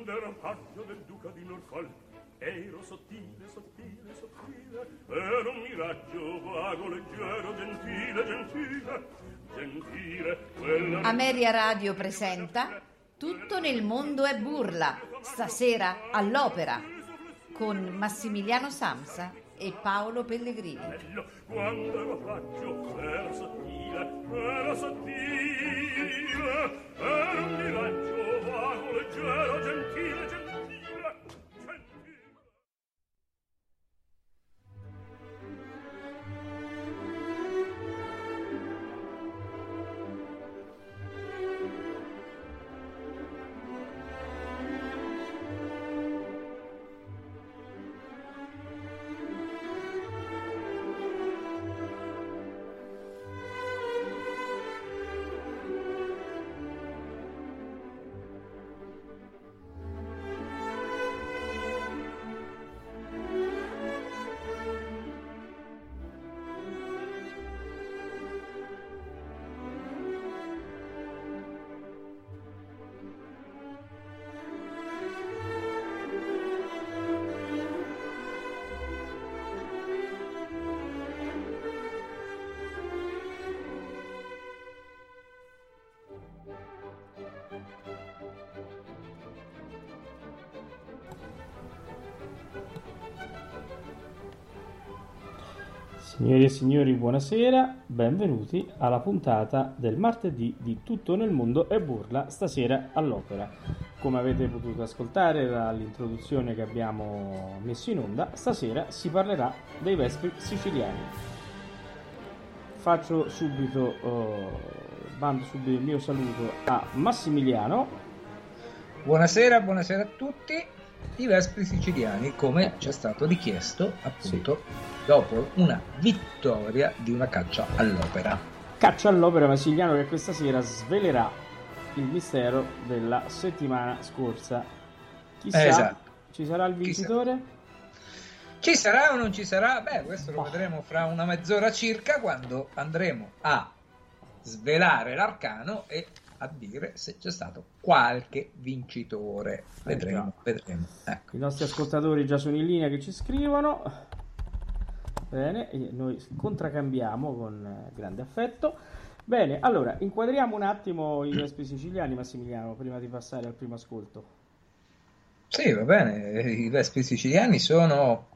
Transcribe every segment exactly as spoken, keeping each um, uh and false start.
era paggio del duca di Norfolk. Ero sottile, sottile, sottile, ero un miraggio vago, leggero, gentile, gentile, gentile. Quella... Ameria Radio presenta Tutto nel mondo è burla, stasera all'Opera, con Massimiliano Samsa e Paolo Pellegrini. Quando ero paggio, era sottile, era sottile, era un miraggio vago, leggero, gentile, gentile. Signori e signori, buonasera, benvenuti alla puntata del martedì di Tutto nel mondo è burla, stasera all'Opera. Come avete potuto ascoltare dall'introduzione che abbiamo messo in onda, stasera si parlerà dei Vespri siciliani. Faccio subito, uh, bando subito il mio saluto a Massimiliano. Buonasera, buonasera a tutti. I Vespri siciliani, come ci è stato richiesto appunto sì. dopo una vittoria di una caccia all'opera. Caccia all'opera Massimiliano che questa sera svelerà il mistero della settimana scorsa. Chissà, esatto. Ci sarà il vincitore? Ci sarà o non ci sarà? Beh, questo lo oh. vedremo fra una mezz'ora circa, quando andremo a svelare l'arcano e a dire se c'è stato qualche vincitore. Vedremo, eh vedremo. Ecco. I nostri ascoltatori già sono in linea che ci scrivono. Bene, e noi contraccambiamo con grande affetto. Bene, allora inquadriamo un attimo i Vespri siciliani, Massimiliano, prima di passare al primo ascolto. Sì, va bene. I Vespri siciliani sono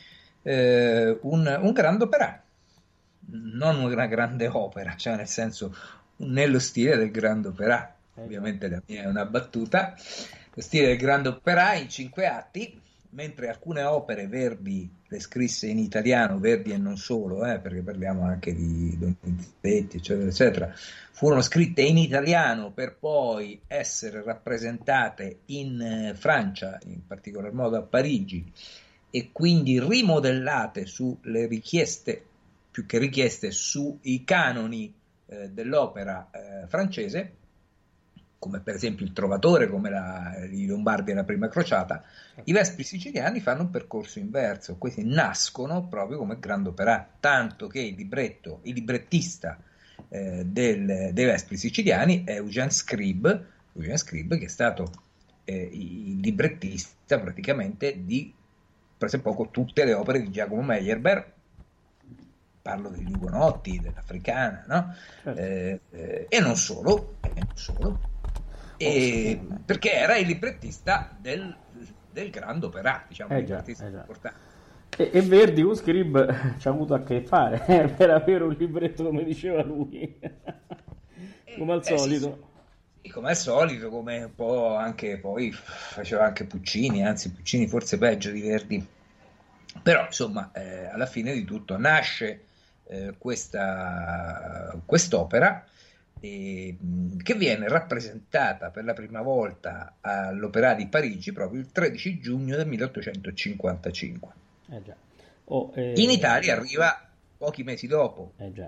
eh, un, un grande opera, non una grande opera, cioè nel senso nello stile del grande opera. Ovviamente la mia è una battuta. Lo stile del grande opera in cinque atti, mentre alcune opere Verdi le scrisse in italiano, Verdi e non solo, eh, perché parliamo anche di Donizetti, eccetera, eccetera, furono scritte in italiano per poi essere rappresentate in Francia, in particolar modo a Parigi, e quindi rimodellate sulle richieste, più che richieste, sui canoni eh, dell'opera eh, francese, come per esempio il Trovatore, come la, i Lombardi e la Prima Crociata. I Vespri siciliani fanno un percorso inverso, questi nascono proprio come grande opera, tanto che il libretto, il librettista eh, del, dei Vespri siciliani è Eugène Scribe, Eugène Scribe che è stato eh, il librettista praticamente di presso poco tutte le opere di Giacomo Meyerbeer. Parlo degli Ugonotti, dell'Africana, no? Certo. Eh, eh, e non solo, e non solo. E perché era il librettista del, del grande opera, diciamo, eh il già, librettista eh già. importante. E, e Verdi con Scribe ci ha avuto a che fare eh, per avere un libretto come diceva lui, come al eh, solito. Sì, sì, come al solito, come un po' anche poi faceva anche Puccini, anzi Puccini forse peggio di Verdi. Però insomma, eh, alla fine di tutto nasce eh, questa quest'opera. E, che viene rappresentata per la prima volta all'Opéra di Parigi proprio il tredici giugno del milleottocentocinquantacinque. Eh già. Oh, eh... In Italia arriva pochi mesi dopo, eh già.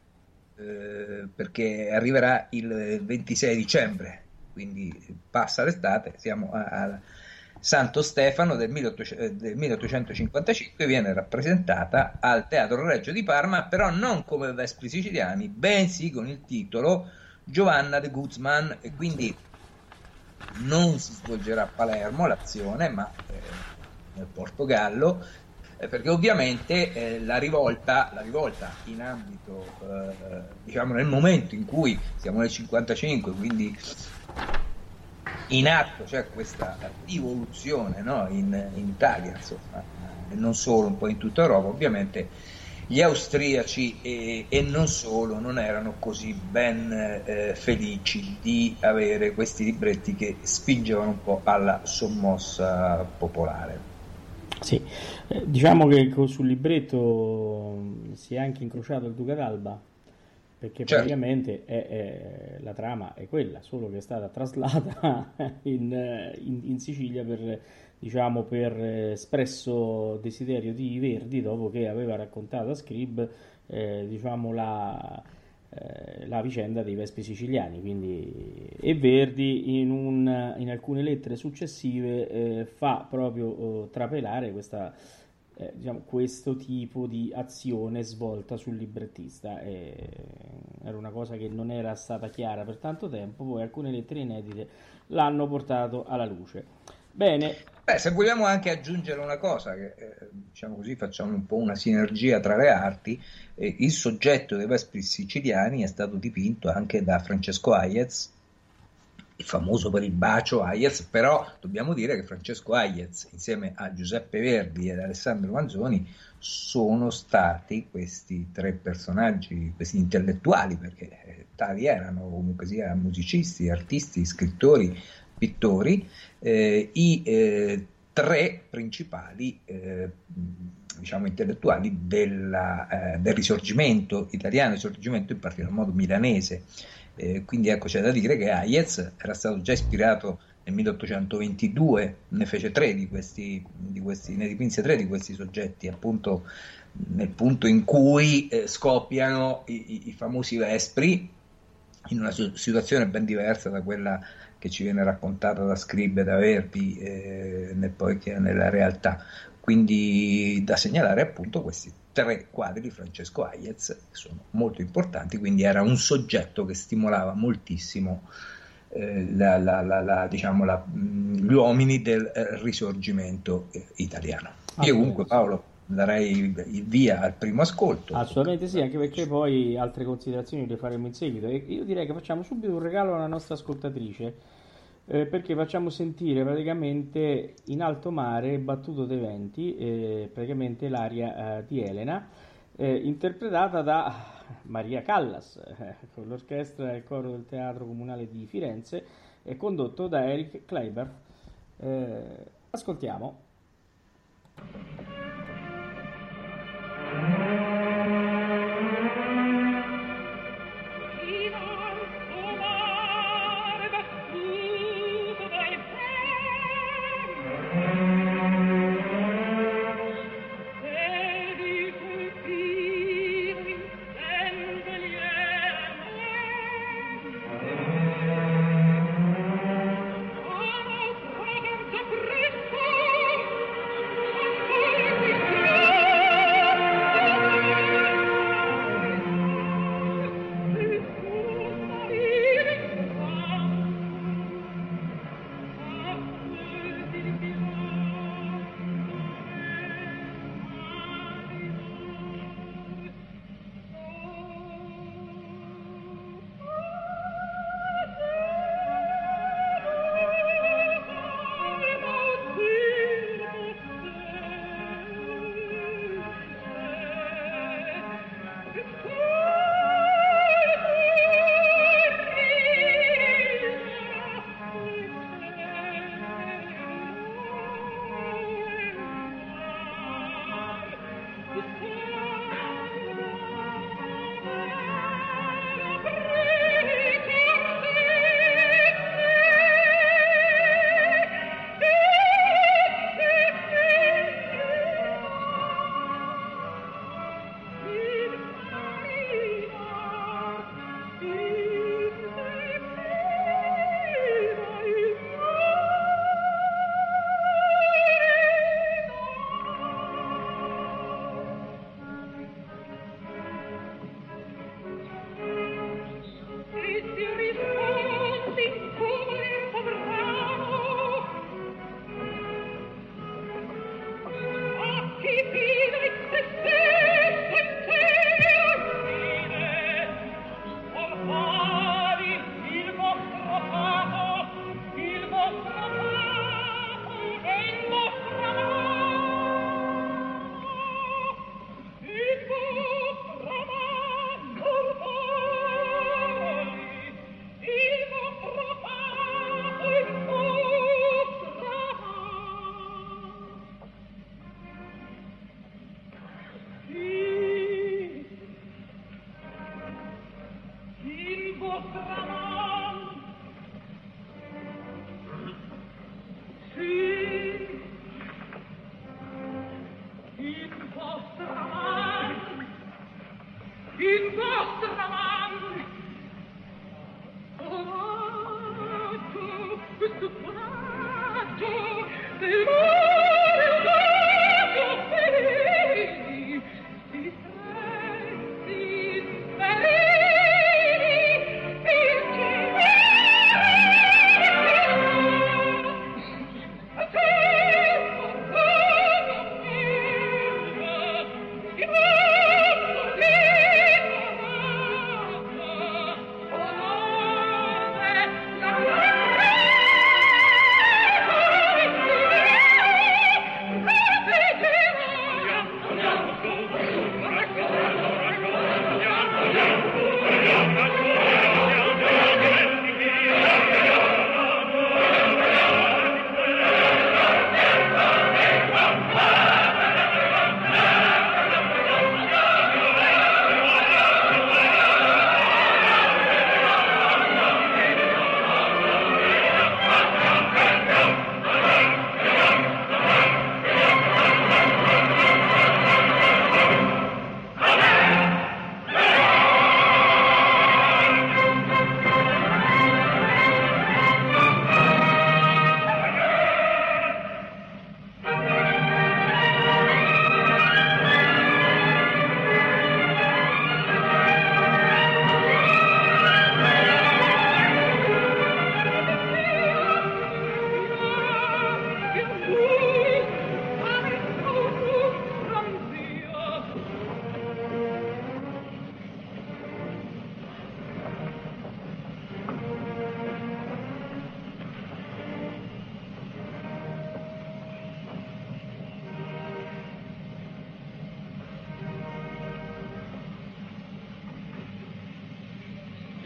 Eh, perché arriverà il ventisei dicembre, quindi passa l'estate, siamo a, a Santo Stefano del, del milleottocentocinquantacinque, viene rappresentata al Teatro Regio di Parma, però non come Vespri siciliani, bensì con il titolo Giovanna de Guzman, e quindi non si svolgerà a Palermo l'azione, ma eh, nel Portogallo, eh, perché ovviamente eh, la rivolta, la rivolta in ambito, eh, diciamo nel momento in cui siamo nel cinquantacinque, quindi in atto c'è questa rivoluzione, no? in, in Italia, insomma, e non solo, un po' in tutta Europa, ovviamente gli austriaci e, e non solo non erano così ben eh, felici di avere questi libretti che spingevano un po' alla sommossa popolare. Sì, eh, diciamo che co- sul libretto si è anche incrociato il Duca d'Alba, perché Certo. praticamente è, è- la trama è quella, solo che è stata traslata in, eh, in- in Sicilia per, diciamo, per eh, espresso desiderio di Verdi, dopo che aveva raccontato a Scrib, eh, diciamo, la, eh, la vicenda dei Vespi siciliani. Quindi, e Verdi in, un- in alcune lettere successive eh, fa proprio eh, trapelare questa eh, diciamo, questo tipo di azione svolta sul librettista. E era una cosa che non era stata chiara per tanto tempo, poi alcune lettere inedite l'hanno portato alla luce. Bene, Beh, se vogliamo anche aggiungere una cosa, che eh, diciamo così facciamo un po' una sinergia tra le arti, eh, il soggetto dei Vespri siciliani è stato dipinto anche da Francesco Hayez, il famoso per il bacio Hayez, però dobbiamo dire che Francesco Hayez, insieme a Giuseppe Verdi ed Alessandro Manzoni, sono stati questi tre personaggi, questi intellettuali, perché eh, tali erano, comunque sia musicisti, artisti, scrittori, pittori, eh, i eh, tre principali eh, diciamo intellettuali della, eh, del Risorgimento italiano, Risorgimento in particolar modo milanese. Eh, quindi ecco, c'è da dire che Hayez era stato già ispirato nel milleottocentoventidue, ne fece tre di questi, di questi, ne dipinse tre di questi soggetti, appunto nel punto in cui eh, scoppiano i, i, i famosi Vespri, in una situazione ben diversa da quella che ci viene raccontata da Scribe e da Verdi eh, nel, poi che nella realtà. Quindi da segnalare appunto questi tre quadri di Francesco Hayez, che sono molto importanti, quindi era un soggetto che stimolava moltissimo eh, la, la, la, la, diciamo, la, gli uomini del eh, risorgimento eh, italiano. Io comunque, Paolo, darei il via al primo ascolto. Assolutamente sì, anche perché poi altre considerazioni le faremo in seguito. E io direi che facciamo subito un regalo alla nostra ascoltatrice, eh, perché facciamo sentire praticamente In alto mare, battuto dei venti, eh, praticamente l'aria eh, di Elena, eh, interpretata da Maria Callas, eh, con l'orchestra e il coro del Teatro Comunale di Firenze, e condotto da Eric Kleiber. Eh, ascoltiamo. Oh,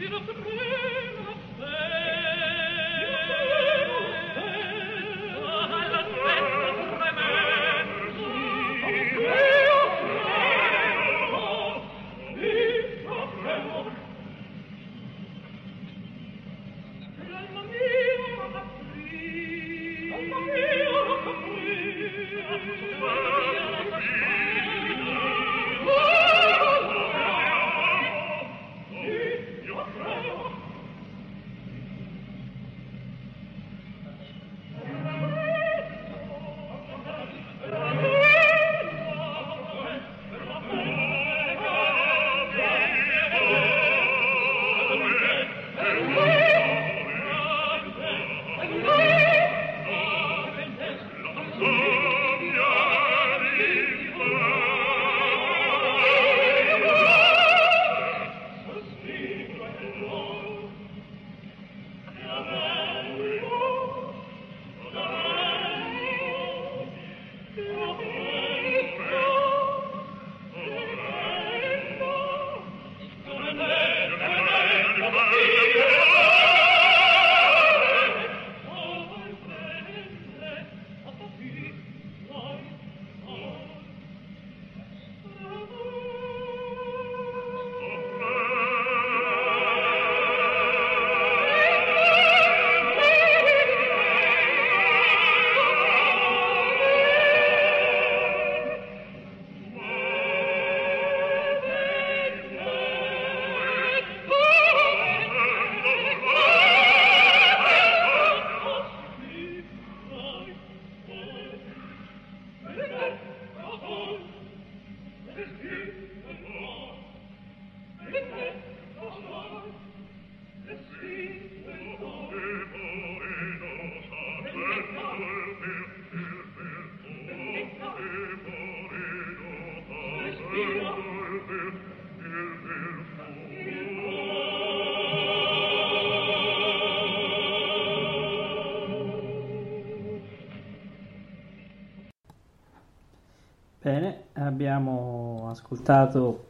Bene, abbiamo ascoltato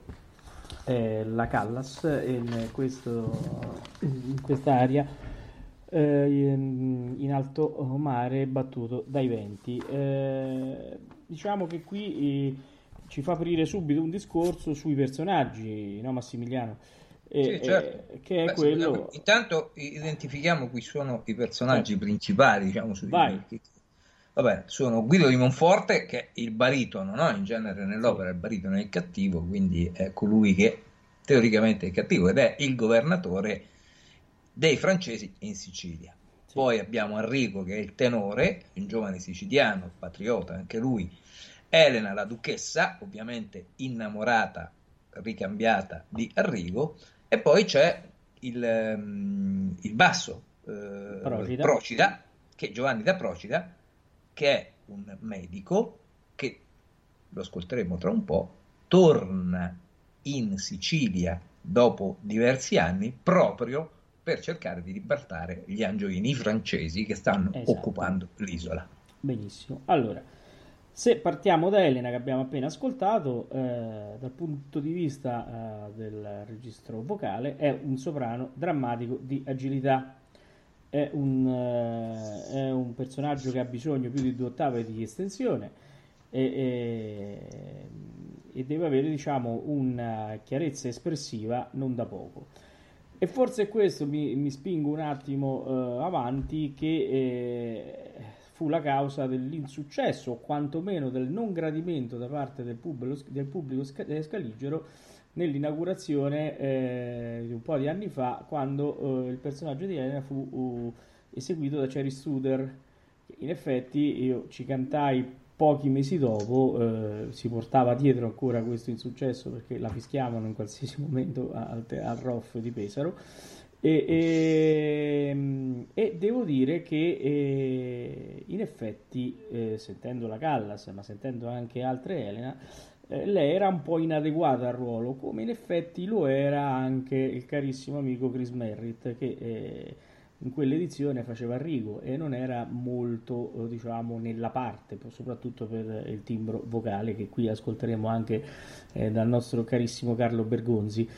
eh, la Callas in, questo, in quest'aria eh, in, in alto mare battuto dai venti. Eh, diciamo che qui eh, ci fa aprire subito un discorso sui personaggi, no Massimiliano? Eh, sì, certo. eh, che è Beh, quello... Intanto identifichiamo chi sono i personaggi certo. principali, diciamo, sui Vai. Vabbè, sono Guido di Monforte, che è il baritono, no? In genere nell'opera sì. il baritono è il cattivo, quindi è colui che teoricamente è il cattivo ed è il governatore dei francesi in Sicilia. Sì. Poi abbiamo Enrico, che è il tenore, un giovane siciliano, patriota anche lui, Elena, la duchessa, ovviamente innamorata, ricambiata di Enrico, e poi c'è il, um, il basso, eh, Procida. Procida, che è Giovanni da Procida, che è un medico che, lo ascolteremo tra un po', torna in Sicilia dopo diversi anni proprio per cercare di libertare gli angioini francesi che stanno esatto. occupando l'isola. Benissimo. Allora, se partiamo da Elena, che abbiamo appena ascoltato, eh, dal punto di vista eh, del registro vocale, è un soprano drammatico di agilità. È un, uh, è un personaggio che ha bisogno più di due ottave di estensione e, e, e deve avere, diciamo, una chiarezza espressiva non da poco. E forse questo mi, mi spingo un attimo uh, avanti, che eh, fu la causa dell'insuccesso o quantomeno del non gradimento da parte del pubblico, del pubblico scaligero nell'inaugurazione eh, di un po' di anni fa, quando eh, il personaggio di Elena fu uh, eseguito da Cherry Studer. In effetti io ci cantai pochi mesi dopo, eh, si portava dietro ancora questo insuccesso perché la fischiavano in qualsiasi momento al, al R O F di Pesaro e, e, e devo dire che eh, in effetti eh, sentendo la Callas ma sentendo anche altre Elena, Eh, lei era un po' inadeguata al ruolo, come in effetti lo era anche il carissimo amico Chris Merritt, che eh, in quell'edizione faceva Rigo e non era molto, eh, diciamo, nella parte, soprattutto per il timbro vocale che qui ascolteremo anche eh, dal nostro carissimo Carlo Bergonzi.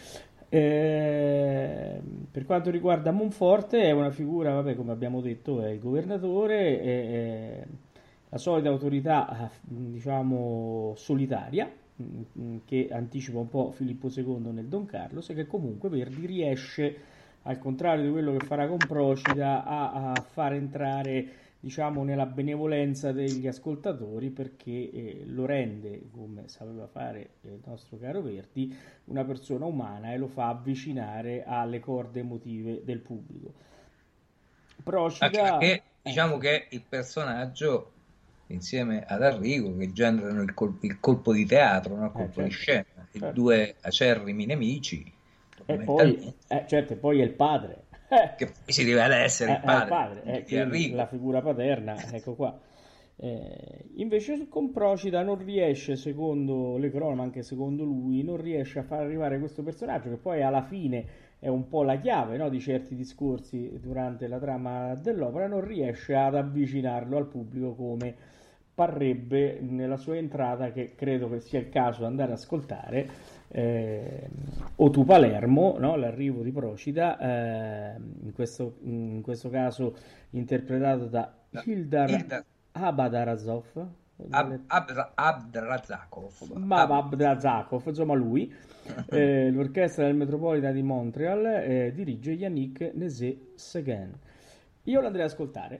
Eh, per quanto riguarda Monforte, è una figura, vabbè, come abbiamo detto, è il governatore, è, è la solita autorità, eh, diciamo, solitaria, mh, che anticipa un po' Filippo secondo nel Don Carlos, e che comunque Verdi riesce, al contrario di quello che farà con Procida, a, a far entrare, diciamo, nella benevolenza degli ascoltatori, perché eh, lo rende, come sapeva fare il nostro caro Verdi, una persona umana, e lo fa avvicinare alle corde emotive del pubblico. Anche Procida, perché eh, diciamo sì, che il personaggio, insieme ad Arrigo, che generano il, col- il colpo di teatro, no? Il eh, colpo di certo, scena, i certo. due acerrimi nemici, E poi, fondamentalmente, eh, certo, e poi è il padre. Eh, che poi si rivela essere Eh, il è il padre padre, appunto eh, di quindi la Arrigo. figura paterna, ecco qua. Eh, invece con Procida non riesce, secondo le cronache, ma anche secondo lui, non riesce a far arrivare questo personaggio, che poi alla fine è un po' la chiave, no, di certi discorsi durante la trama dell'opera, non riesce ad avvicinarlo al pubblico come parrebbe nella sua entrata, che credo che sia il caso di andare ad ascoltare, eh, O tu Palermo, no? L'arrivo di Procida, eh, in questo, in questo caso interpretato da Hildar Hilda Abadarazov, Ab- Abra- Abdrazakov, ma Ab- Abdrazakov, insomma lui, eh, l'orchestra del Metropolitan di Montreal, eh, dirige Yannick Nézet-Séguin. Io lo andrei ad ascoltare.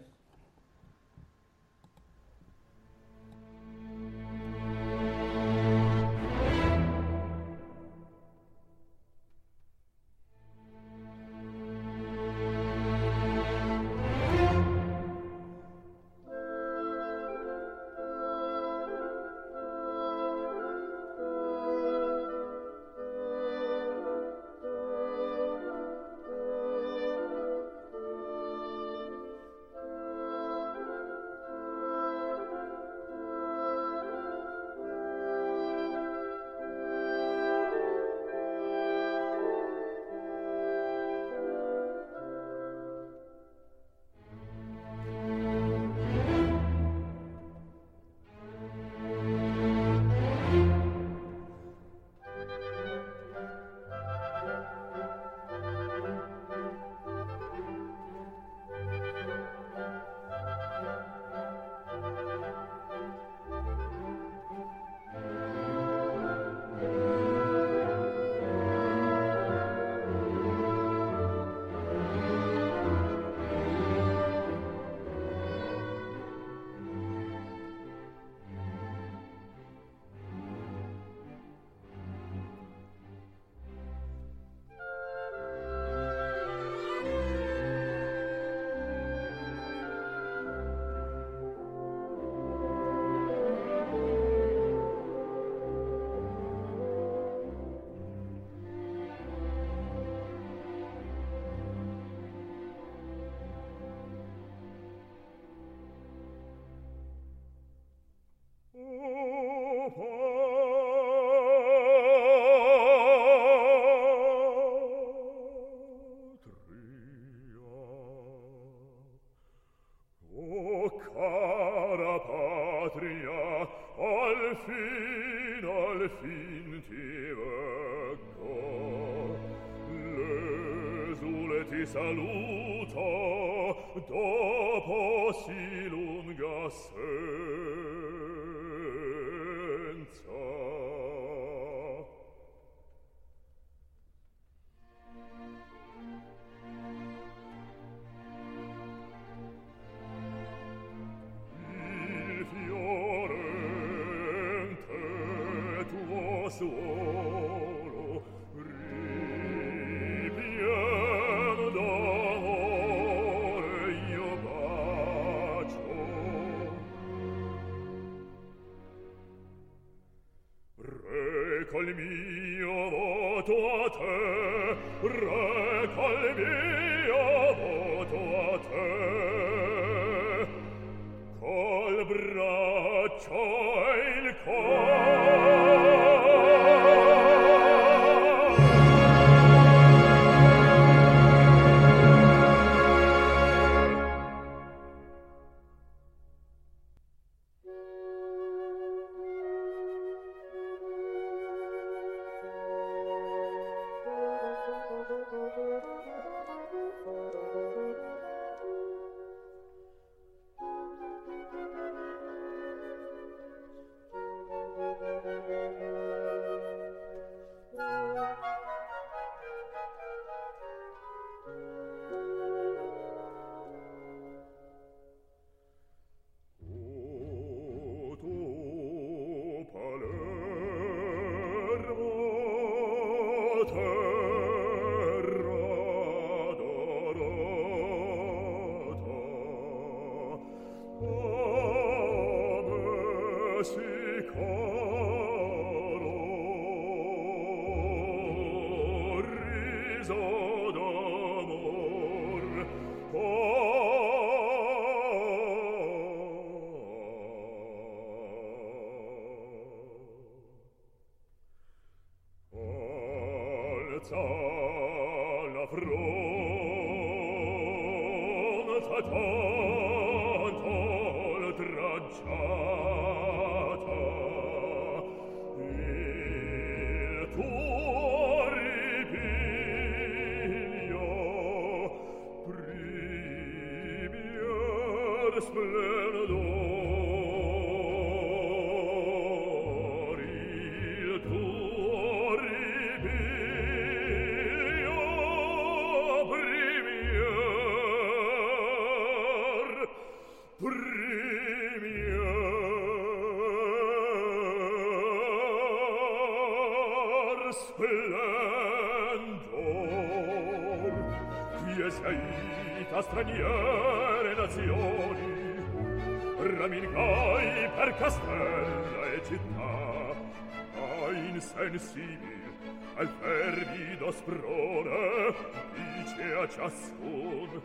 Straniere nazioni, raminicai per castella e città, a insensibili al fervido sprone dice a ciascun: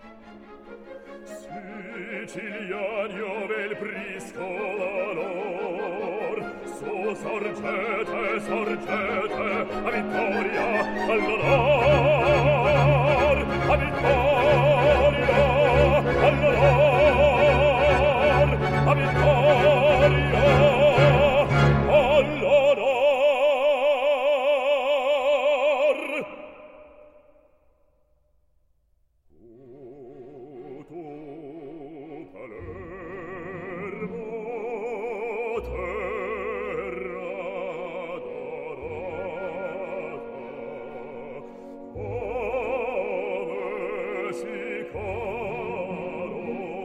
Siciliani ove il prisco valor, so sorgete, sorgete, a vittoria, all'onor, a vittoria, all'onor, a vittoria, all'onor. Tu, tu, Palermo, terra adorata, ove si caro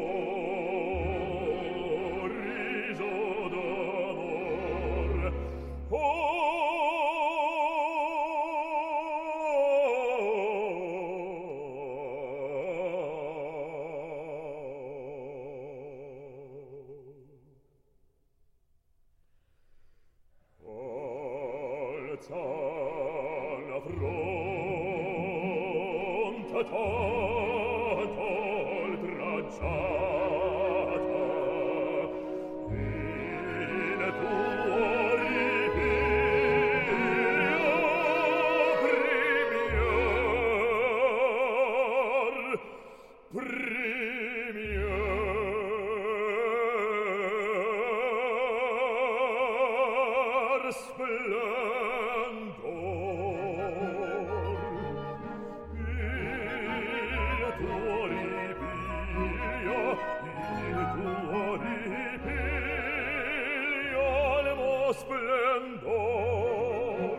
riso d'amor, alza la fronte tanto oltraggiata, in tuo ripiglio premier, premier splendor, il tuo ripiglio, il tuo ripiglio almo splendor,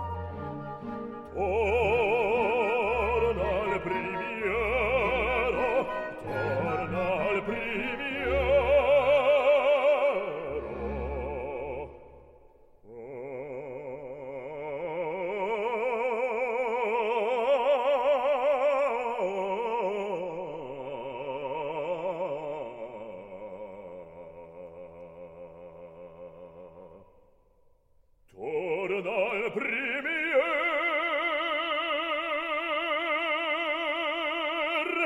torna al primiero, torna al primiero. Torna al premier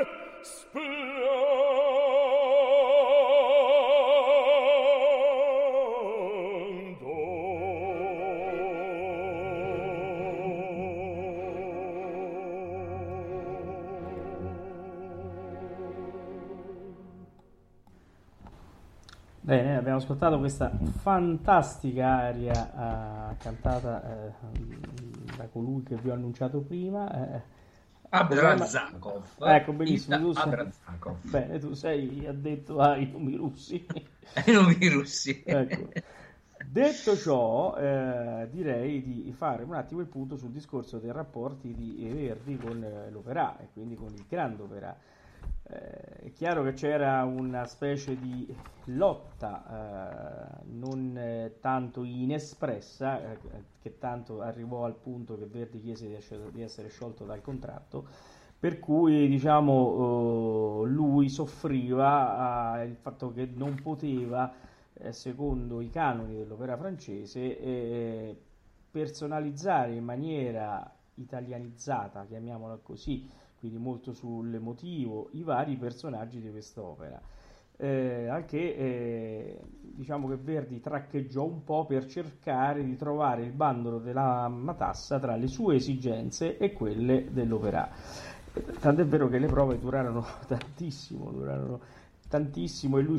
Bene, abbiamo ascoltato questa fantastica aria eh, cantata eh, da colui che vi ho annunciato prima. Eh, Abrazakov. ecco, benissimo. Tu sei, Abrazakov. bene, tu sei addetto ai nomi russi. I nomi russi. Ecco. Detto ciò, eh, direi di fare un attimo il punto sul discorso dei rapporti di Verdi con eh, l'opera e quindi con il grande opera. Eh, è chiaro che c'era una specie di lotta eh, non eh, tanto inespressa, eh, che tanto arrivò al punto che Verdi chiese di, esce- di essere sciolto dal contratto, per cui diciamo eh, lui soffriva eh, il fatto che non poteva, eh, secondo i canoni dell'opera francese, eh, personalizzare in maniera italianizzata, chiamiamola così, quindi molto sull'emotivo, i vari personaggi di quest'opera. Eh, anche eh, diciamo che Verdi traccheggiò un po' per cercare di trovare il bandolo della matassa tra le sue esigenze e quelle dell'opera. Tant'è vero che le prove durarono tantissimo, durarono tantissimo e lui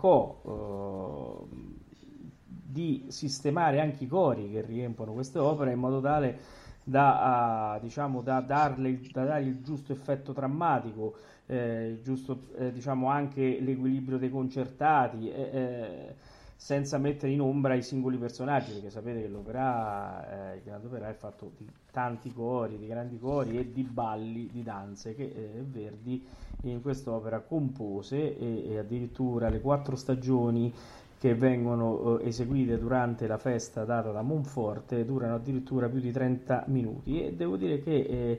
cercò eh, di sistemare anche i cori che riempiono queste opere in modo tale da, a, diciamo, da, darle, da dare il giusto effetto drammatico, eh, il giusto, eh, diciamo, anche l'equilibrio dei concertati, eh, eh, senza mettere in ombra i singoli personaggi, perché sapete che l'opera, eh, il grande opera è fatto di tanti cori, di grandi cori e di balli, di danze che eh, Verdi in quest'opera compose e, e addirittura le quattro stagioni che vengono eh, eseguite durante la festa data da Monforte durano addirittura più di trenta minuti e devo dire che eh,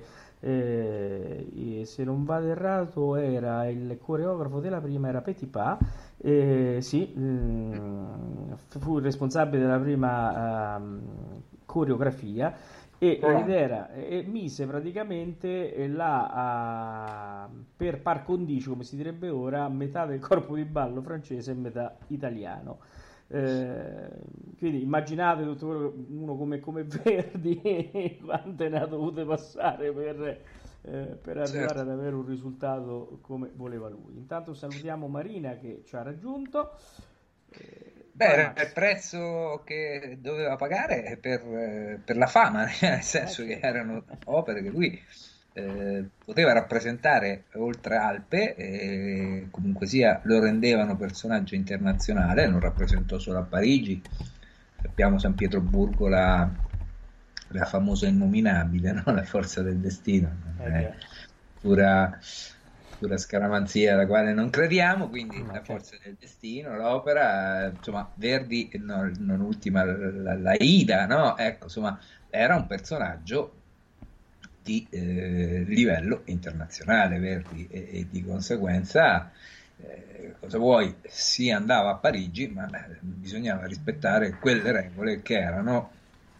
eh, se non vado errato era il coreografo della prima era Petipa, eh, sì, mh, fu il responsabile della prima ehm, coreografia e, ed era, e mise praticamente eh, la, a- per par condicio, come si direbbe ora, metà del corpo di ballo francese e metà italiano. Eh, quindi immaginate tutto quello che- uno come, come Verdi quante ne ha dovute passare per, eh, per arrivare Certo. ad avere un risultato come voleva lui. Intanto salutiamo Marina che ci ha raggiunto. Eh, Beh, vai era il Max. prezzo che doveva pagare per, eh, per la fama, nel Eh, senso che certo. erano opere che lui eh, poteva rappresentare oltre Alpe, e comunque sia lo rendevano personaggio internazionale, non rappresentò solo a Parigi, sappiamo San Pietroburgo la, la famosa innominabile, no? La forza del destino, Eh eh, già. pura, pura scaramanzia alla quale non crediamo, quindi No, la certo. forza del destino, l'opera, insomma, Verdi, no, non ultima la, la Ida, no? Ecco, insomma, era un personaggio di eh, livello internazionale, Verdi, e, e di conseguenza, eh, cosa vuoi, si andava a Parigi, ma eh, bisognava rispettare quelle regole che erano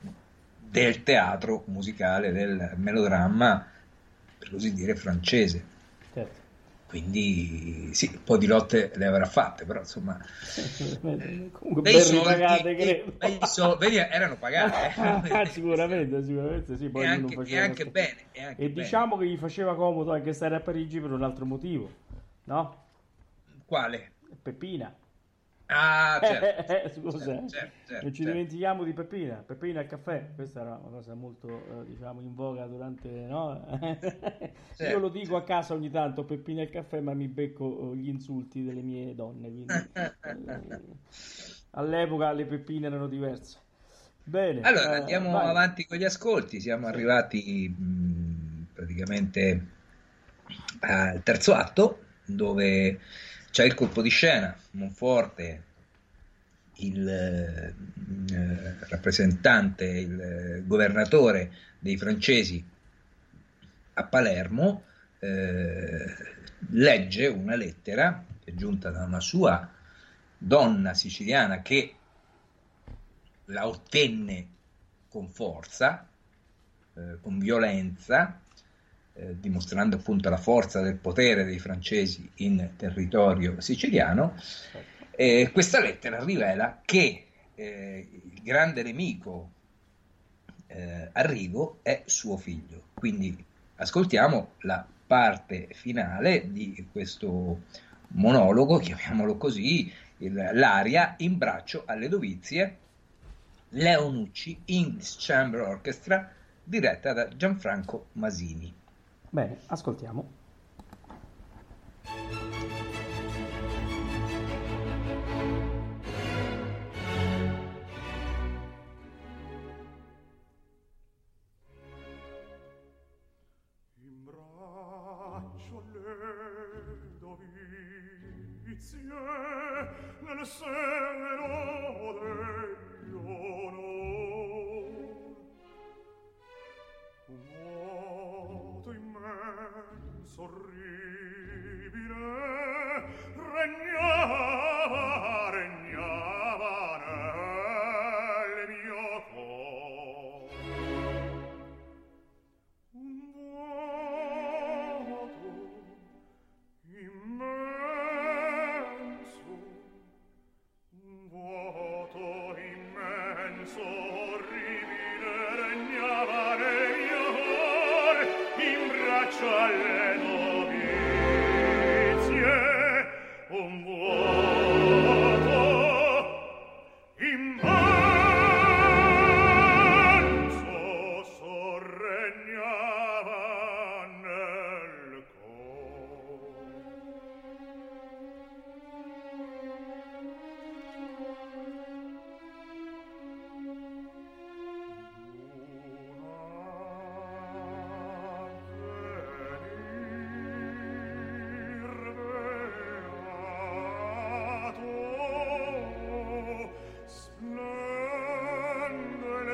del teatro musicale, del melodramma, per così dire, francese. Certo. Quindi sì, un po' di lotte le avrà fatte, però insomma, eh, Comunque bei ben soldi, ripagate, bei, credo. bei sol- vedi, erano pagate, eh. Sicuramente, sicuramente sì, e poi lui non anche, e faceva uno anche scherzo. bene, e anche E bene. diciamo che gli faceva comodo anche stare a Parigi per un altro motivo, no? Quale? Peppina. Ah, certo, Eh, scusa, certo, eh. certo, Non certo, ci certo. dimentichiamo di Peppina. Peppina al caffè, questa era una cosa molto, eh, diciamo, in voga durante, no? Io lo Certo, dico a certo. casa ogni tanto, Peppina al caffè, ma mi becco eh, gli insulti delle mie donne, quindi eh, all'epoca le peppine erano diverse. Bene, Allora, eh, andiamo vai. avanti con gli ascolti. Siamo Sì. arrivati mh, praticamente al terzo atto, dove c'è il colpo di scena, Monforte, il eh, rappresentante, il eh, governatore dei francesi a Palermo, eh, legge una lettera che è giunta da una sua donna siciliana che la ottenne con forza, eh, con violenza, eh, dimostrando appunto la forza del potere dei francesi in territorio siciliano. Certo. E questa lettera rivela che eh, il grande nemico eh, Arrigo è suo figlio. Quindi ascoltiamo la parte finale di questo monologo, chiamiamolo così, il- l'aria in braccio alle dovizie, Leonucci English Chamber Orchestra, diretta da Gianfranco Masini. Bene, ascoltiamo. In braccio alle dovizie nel seno degli onor un moto in me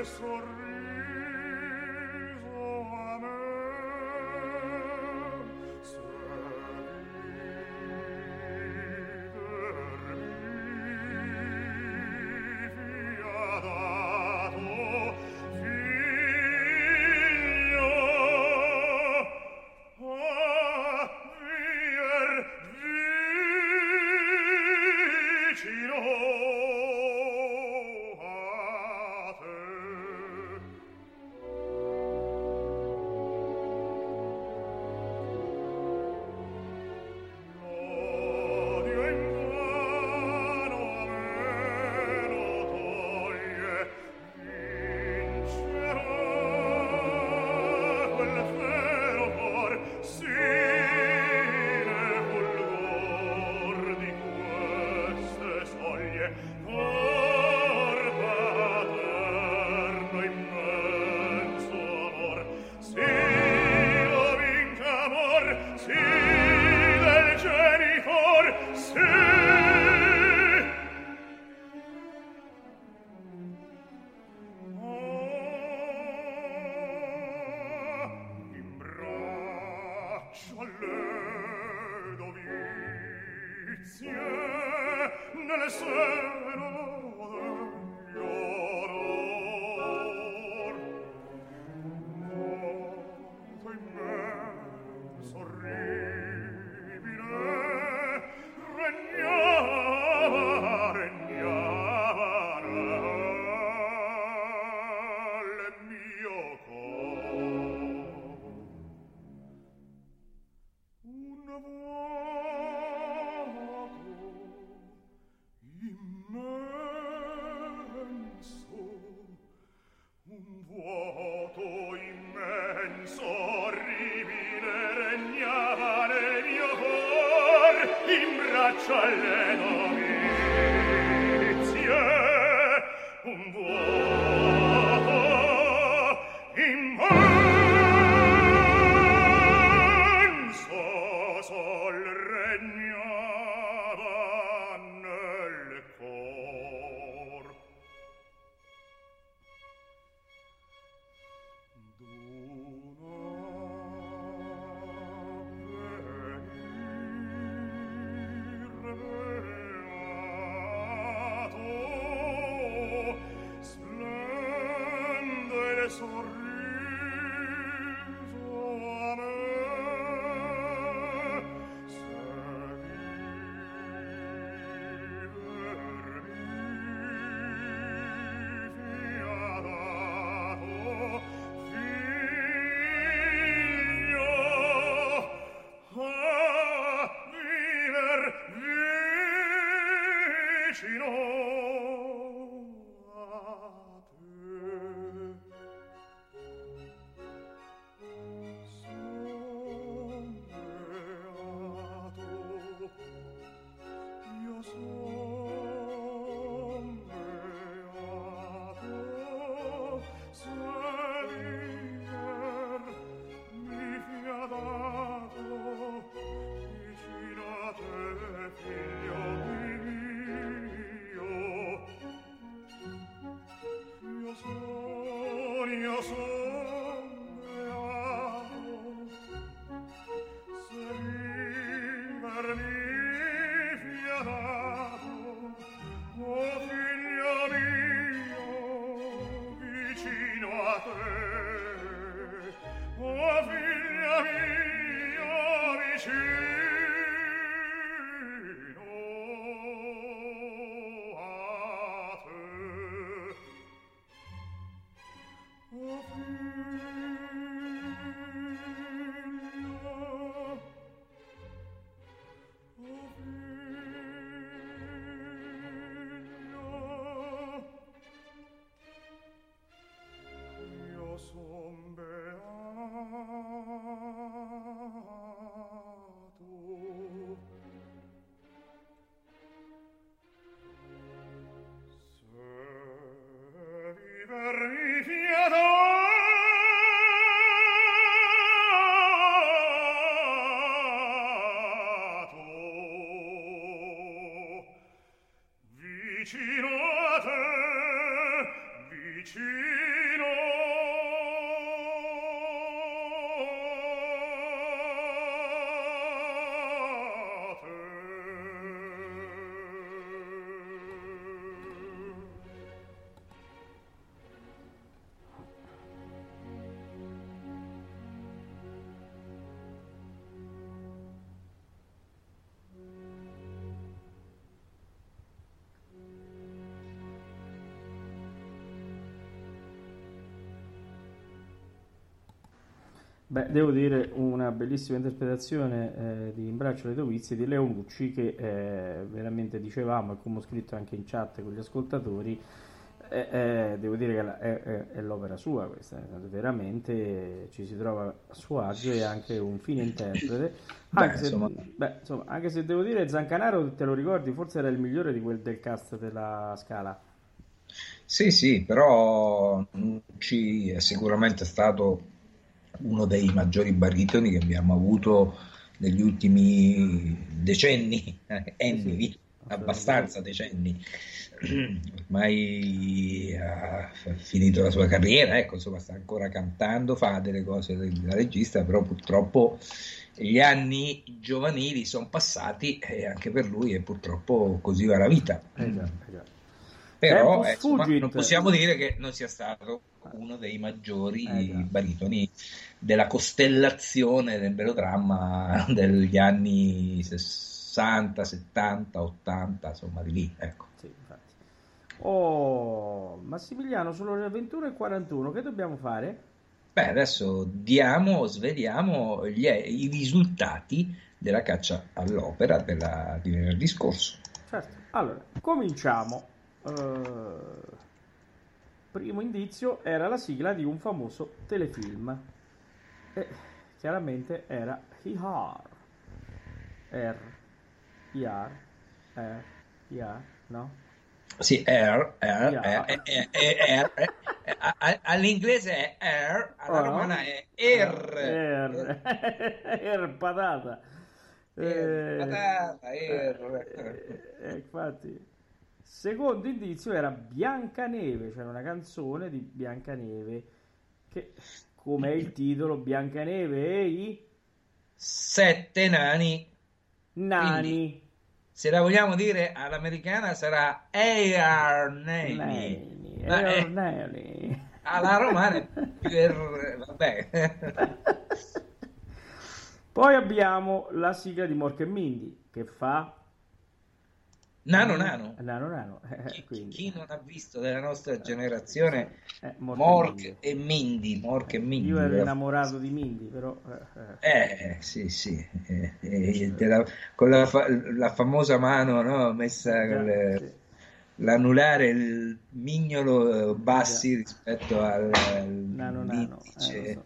Vicino a te, vicino Beh, devo dire una bellissima interpretazione eh, di In braccio alle dovizie di Leonucci che eh, veramente dicevamo e come ho scritto anche in chat con gli ascoltatori, eh, eh, devo dire che la- è, è- è l'opera sua questa, veramente ci si trova a suo agio e anche un fine interprete, Beh, anche se, insomma, beh, insomma, anche se devo dire Zancanaro, te lo ricordi, forse era il migliore di quel del cast della Scala. sì, sì, però Nucci è sicuramente stato uno dei maggiori baritoni che abbiamo avuto negli ultimi decenni, eh, Sì, sì, enni, assolutamente. abbastanza decenni. Ormai ha finito la sua carriera, ecco, insomma, sta ancora cantando, fa delle cose da regista, però purtroppo gli anni giovanili sono passati e anche per lui e purtroppo così va la vita. Eh già, eh già. Però, Tempus eh, insomma, non fugit. possiamo dire che non sia stato uno dei Eh maggiori già. baritoni della costellazione del melodramma degli anni sessanta, settanta, ottanta, insomma, di lì, ecco. Sì, infatti. Oh, Massimiliano, sono le ventuno e quarantuno, che dobbiamo fare? Beh, adesso diamo, sveliamo gli- i risultati della caccia all'opera della- di venerdì scorso. Certo. Allora, cominciamo. Eh, primo indizio era la sigla di un famoso telefilm. E chiaramente era Hihar. R. I-R. R. I-R. No? Sì, air, air, air, Hihar. air, air, air, air, a- a- all'inglese è air, alla Oh, romana è eh, er, R. R. Patata. er, Eh, patata, er. eh, eh, infatti. Secondo indizio era Biancaneve, c'era una canzone di Biancaneve che, come è il titolo, Biancaneve e i Sette nani, quindi nani. se la vogliamo dire all'americana sarà air nani, Nani, ma er, è, nani. alla romana è più er, vabbè. Poi abbiamo la sigla di Mork e Mindy che fa Nano Mm, nano. nano nano, Chi, chi- quindi chi non ha visto della nostra eh, sì, generazione eh, Mork e Mork Mindy. e Mindy, Mork e Eh, io Mindy, ero la- innamorato di Mindy, però eh, eh, sì, sì, eh, eh, eh, della- con la, fa- la famosa mano, no, messa eh, con già, le- sì, l'anulare, il mignolo eh, eh, già, bassi rispetto al- nano nano, eh, lo all'indice so.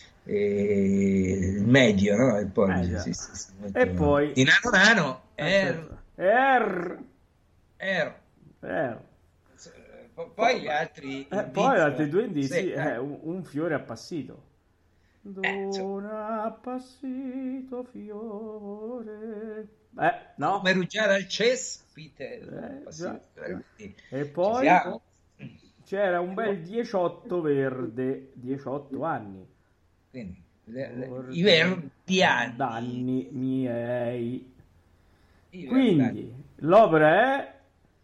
e il medio, no? Il Eh pollice, già. sì, sì, sì, E molto- poi, di nano nano, eh, er, certo, R, er. R. Po- Poi, Poi gli altri eh, poi indizi, altri due sì, indizi, eh, dai. un, un fiore appassito. Eh, insomma, D'un appassito fiore. Eh, come no? rugiare al cespite, Eh, passivo, già. veramente. E Ci poi siamo. c'era un bel diciotto verde, diciotto anni. Quindi, le- le- i Ordi verdi anni, danni miei. i verdi anni. Quindi l'opera è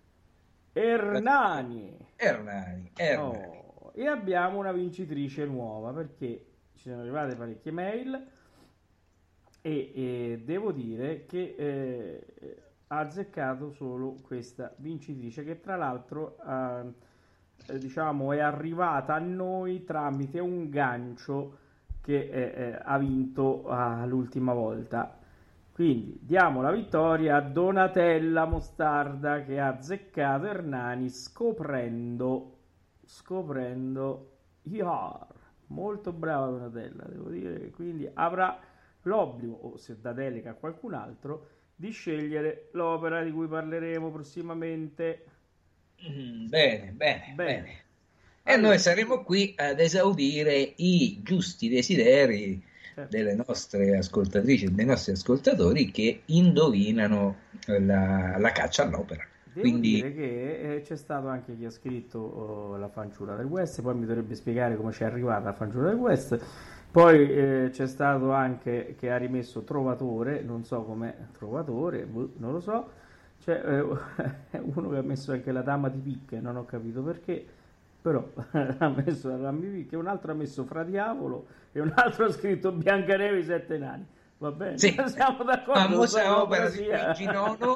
La- Ernani. Ernani, Ernani. Oh, e abbiamo una vincitrice nuova perché ci sono arrivate parecchie mail e, e devo dire che eh, ha azzeccato solo questa vincitrice che tra l'altro ha, eh, diciamo, è arrivata a noi tramite un gancio che eh, eh, ha vinto ah, l'ultima volta. Quindi diamo la vittoria a Donatella Mostarda che ha azzeccato Ernani scoprendo scoprendo Ihar. Molto brava Donatella, devo dire, quindi avrà l'obbligo, o se da delega a qualcun altro, di scegliere l'opera di cui parleremo prossimamente. Mm, bene, bene, Bene, bene. E allora, noi saremo qui ad esaudire i giusti desideri certo. delle nostre ascoltatrici e dei nostri ascoltatori che indovinano la, la caccia all'opera. Devo Quindi, dire che eh, c'è stato anche chi ha scritto oh, La fanciulla del West, poi mi dovrebbe spiegare come ci è arrivata la fanciulla del West. Poi eh, c'è stato anche che ha rimesso Trovatore, non so com'è Trovatore, boh, non lo so. C'è eh, uno che ha messo anche la Dama di Picche, non ho capito perché, però ha messo la Dama di Picche, un altro ha messo Fra Diavolo e un altro ha scritto Biancaneve e i Sette Nani. Va bene, sì, siamo d'accordo. famosa opera di sia. Luigi nono,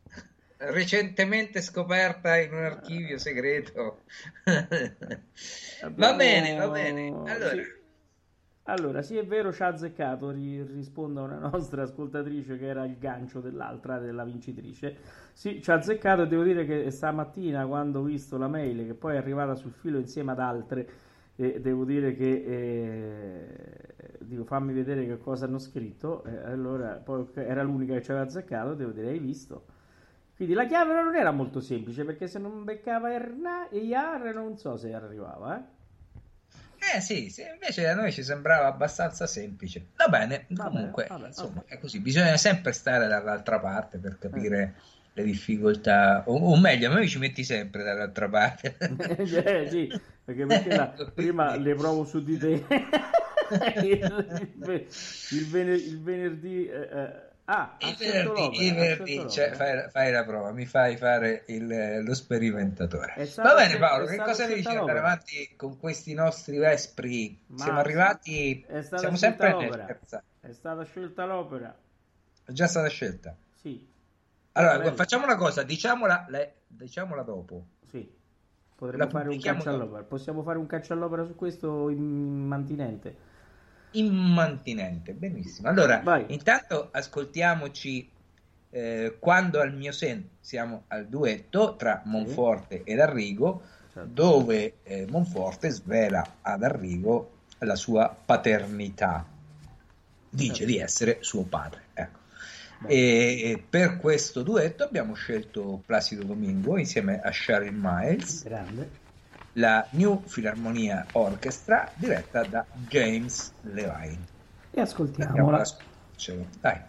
recentemente scoperta in un archivio segreto. Abbiamo... Va bene, va bene. Allora, Sì. Allora, sì, è vero, ci ha azzeccato, ri- rispondo a una nostra ascoltatrice che era il gancio dell'altra, della vincitrice. Sì, ci ha azzeccato e devo dire che stamattina, quando ho visto la mail, che poi è arrivata sul filo insieme ad altre, eh, devo dire che, eh, dico, fammi vedere che cosa hanno scritto, eh, allora, poi era l'unica che ci aveva azzeccato, devo dire, hai visto? Quindi la chiave non era molto semplice, perché se non beccava Erna e Iar non so se arrivava, eh. eh sì, sì, invece a noi ci sembrava abbastanza semplice. Va bene, Vabbè, comunque, vabbè, insomma, vabbè. è così. Bisogna sempre stare dall'altra parte per capire le difficoltà, o, o meglio, a me mi ci metti sempre dall'altra parte. Eh, sì, perché, perché la- prima Quindi- le provo su di te il, il, il vene- il venerdì eh, eh, ah, ha Il scelto venerdì, il l'opera, ha scelto venerdì, cioè, l'opera. fai, fai la prova, mi fai fare il- lo sperimentatore. È Va stata, bene, scel- Paolo, è che stata cosa ne scelta dici di andare l'opera, avanti con questi nostri vespri? Siamo ma arrivati, è stata siamo scelta sempre nel l'opera, scherzare. è stata scelta l'opera, È già stata scelta. sì, Allora, bella, facciamo una cosa, diciamola, le- diciamola dopo. sì, La potremmo fare un pubblichiamo caccia dopo. all'opera, possiamo fare un caccia all'opera su questo immantinente, Immantinente, benissimo. Allora, vai, intanto ascoltiamoci eh, Quando al mio sen, siamo al duetto tra sì, Monforte ed Arrigo, certo, dove eh, Monforte svela ad Arrigo la sua paternità, dice certo, di essere suo padre. Ecco. bello, E e per questo duetto abbiamo scelto Placido Domingo insieme a Sharon Miles, grande, la New Philharmonia Orchestra diretta da James Levine. e Andiamo ad ascoltiamola. ascoltarcelo. Dai.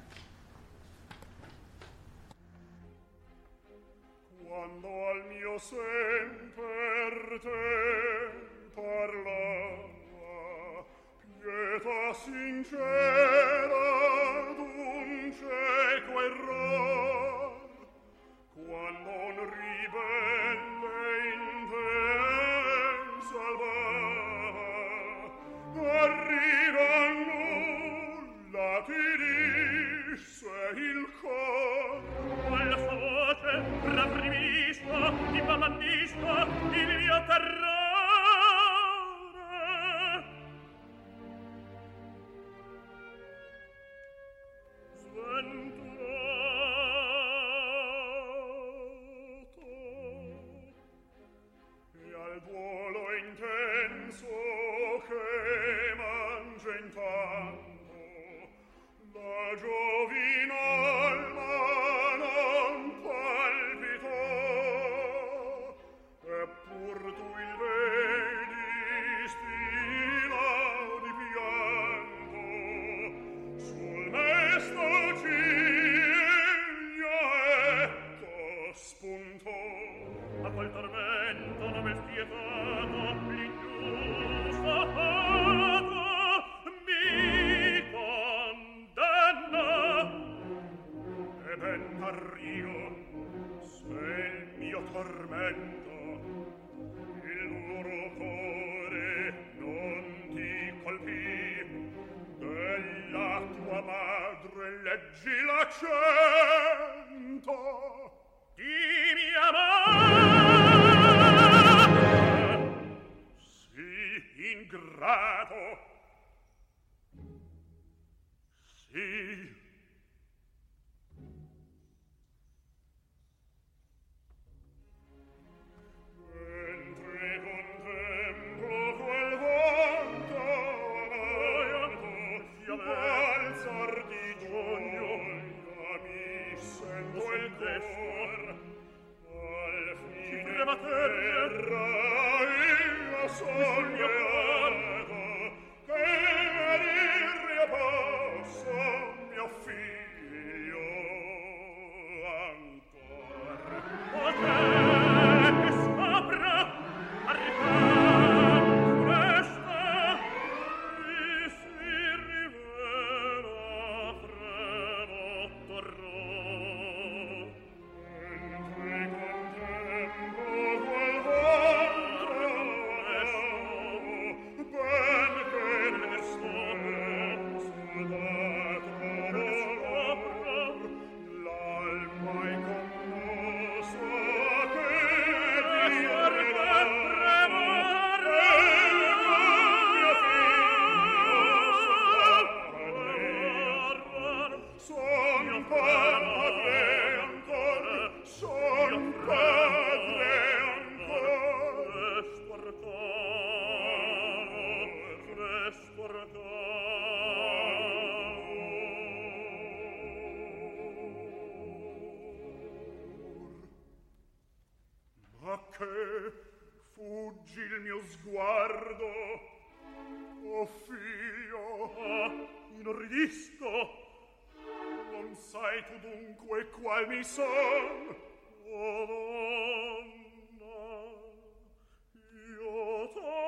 Quando al mio sen per te parlava, pietà sincera d'un cieco error, quando un ribelle in te salvava, arriva nulla ti disse il cor, alla sua voce rabbrimista, di bamandista, il mio terrore. Sventurato e al duolo intenso che mangia intanto la giovine alma non palpitò, eppur tu il vedi stila di pianto sul mesto ciglio etto spuntò, a quel tormento non m'è spietato l'ingiusta fato mi condanna, e ben arrivo se il mio tormento il loro cuore non ti colpì, della tua madre leggi l'accento di mia madre. Sì, ingrato, sì. Mentre contemplo quel volto amato, valzar di gioia mi sento il cor, al fine terra io son beato, che venir posso mio figlio ancor. O te che scopra arriva funesta, e si rivela fremotto error. fuggi il mio sguardo. Oh figlio, ah, inorridisco. Non sai tu dunque qual mi son? Oh donna, io t'ho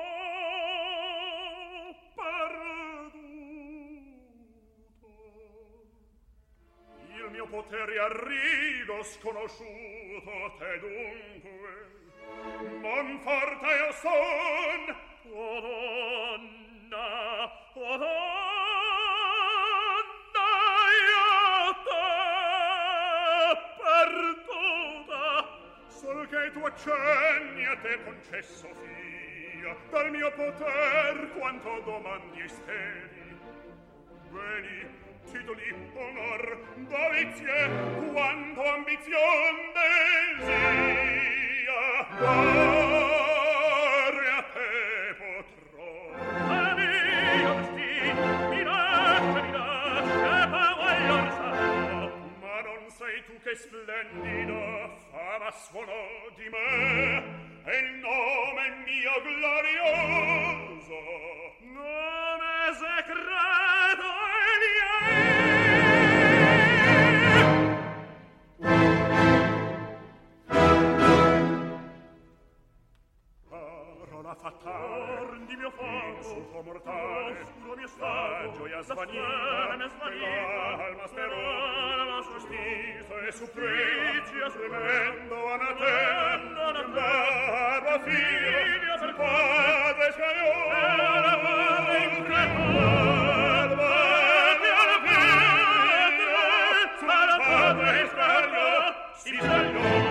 perduto. Il mio potere arrivo sconosciuto, te dunque non forte io son. Oh donna, oh donna, io t'ho perduta, sol che tu accenni a te concesso fia, dal mio poter quanto domandi esteri. Beni, titoli, onor, dolizie, quanto ambizion desia, dare a te potrò. A mio destin, mi lascia, mi lascia, ma voglio sarò. Ma non sei tu che splendida fama suonò di me, e il nome mio glorioso, nome secreto e parola fatal di mio fuoco, suo mortale, oscuro mio stato, la gioia svanita, l'alma sperò, giustizia e supplizia, tremendo anatema, barba figlio, per padre scagliò, la madre increpa, barba figlio, la padre scagliò, si scagliò.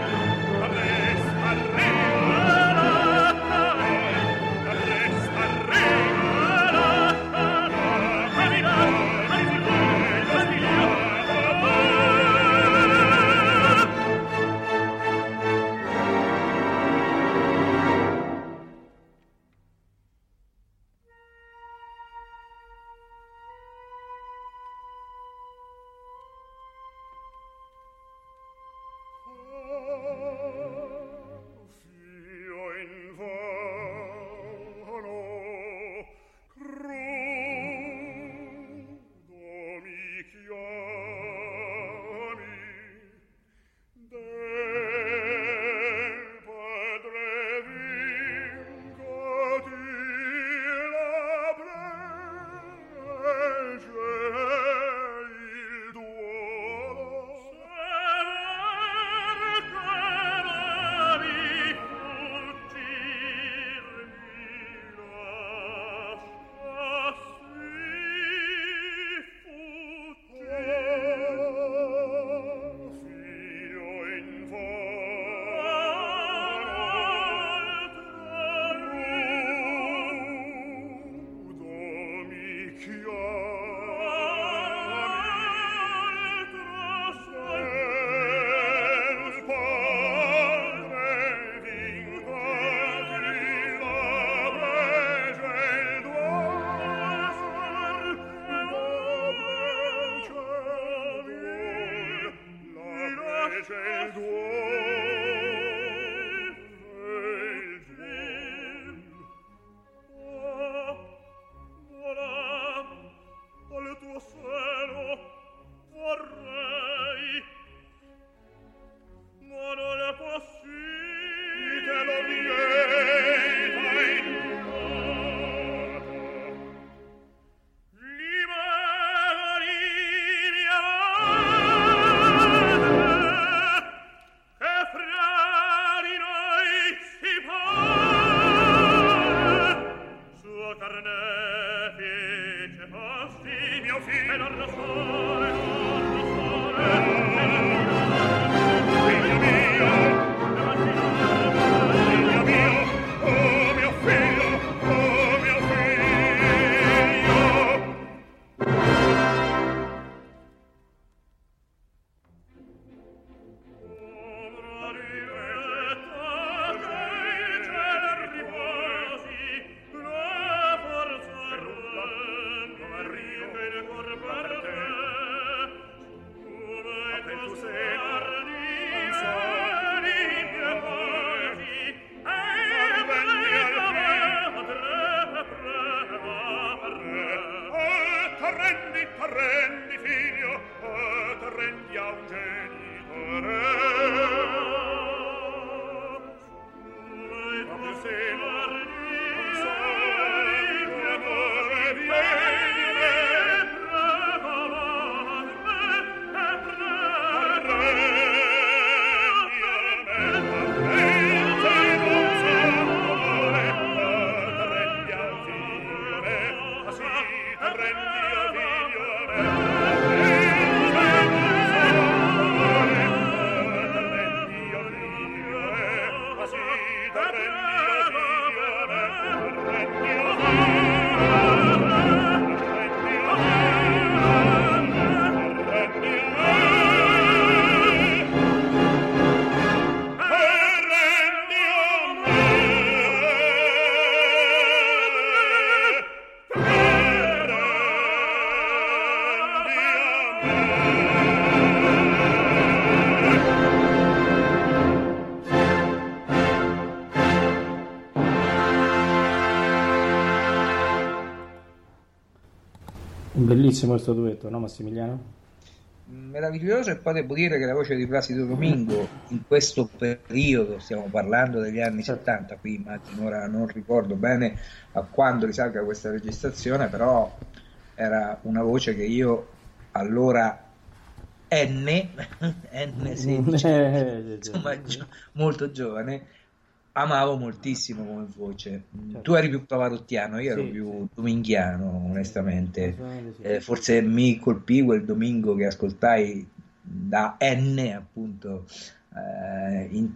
Bellissimo questo duetto, no Massimiliano? Meraviglioso. E poi devo dire che la voce di Placido Domingo in questo periodo, stiamo parlando degli anni settanta, qui immagino, ora non ricordo bene a quando risalga questa registrazione, però era una voce che io allora N, N sedici, insomma gio- molto giovane, amavo moltissimo come voce. Certo. Tu eri più pavarottiano, io ero Sì, più dominghiano, onestamente. Assolutamente sì. Eh, forse mi colpì quel domingo che ascoltai da N, appunto, eh, in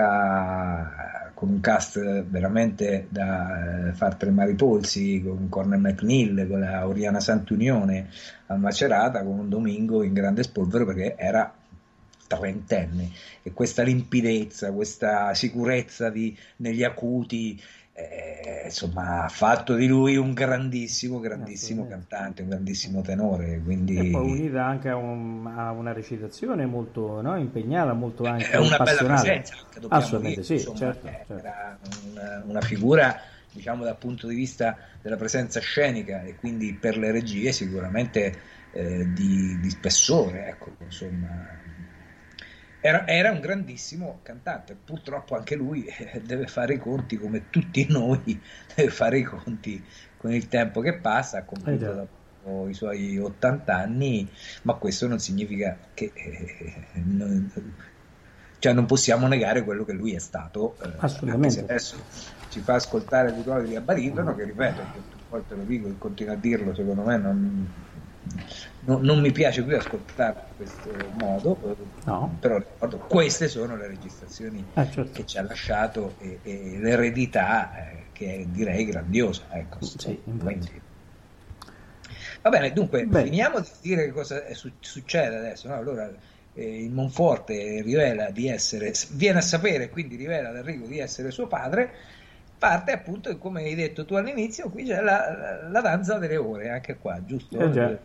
Tosca, con un cast veramente da eh, far tremare i polsi, con Cornel McNeil, con la Oriana Santunione a Macerata, con un domingo in grande spolvero perché era trentenne, e questa limpidezza, questa sicurezza di, negli acuti, eh, insomma, ha fatto di lui un grandissimo, grandissimo cantante, un grandissimo tenore. Quindi E poi unita anche a, un- a una recitazione molto, no, impegnata, molto anche è una bella appassionata. presenza, anche, dobbiamo Assolutamente dire, sì, insomma, certo, eh, certo. era una, una figura, diciamo, dal punto di vista della presenza scenica e quindi per le regie sicuramente eh, di, di spessore, ecco, insomma. Era, era un grandissimo cantante, purtroppo anche lui eh, deve fare i conti, come tutti noi, deve fare i conti con il tempo che passa, ha compiuto Eh già. da poco i suoi ottanta anni, ma questo non significa che eh, non, cioè non possiamo negare quello che lui è stato, eh, anche se Assolutamente. adesso ci fa ascoltare di Rodi a baritono, che ripeto, più volte lo dico e continuo a dirlo, secondo me non, non, non mi piace più ascoltarlo in questo modo, No. però ricordo, queste sono le registrazioni Eh, certo. che ci ha lasciato e, e l'eredità eh, che è, direi, grandiosa, ecco. Sì, Quindi, va bene, dunque Beh. finiamo di dire che cosa è su- succede adesso, no? Allora eh, il Monforte rivela di essere, viene a sapere, quindi rivela ad Enrico di essere suo padre, parte appunto, e come hai detto tu all'inizio, qui c'è la, la, la danza delle ore, anche qua, giusto? Eh già.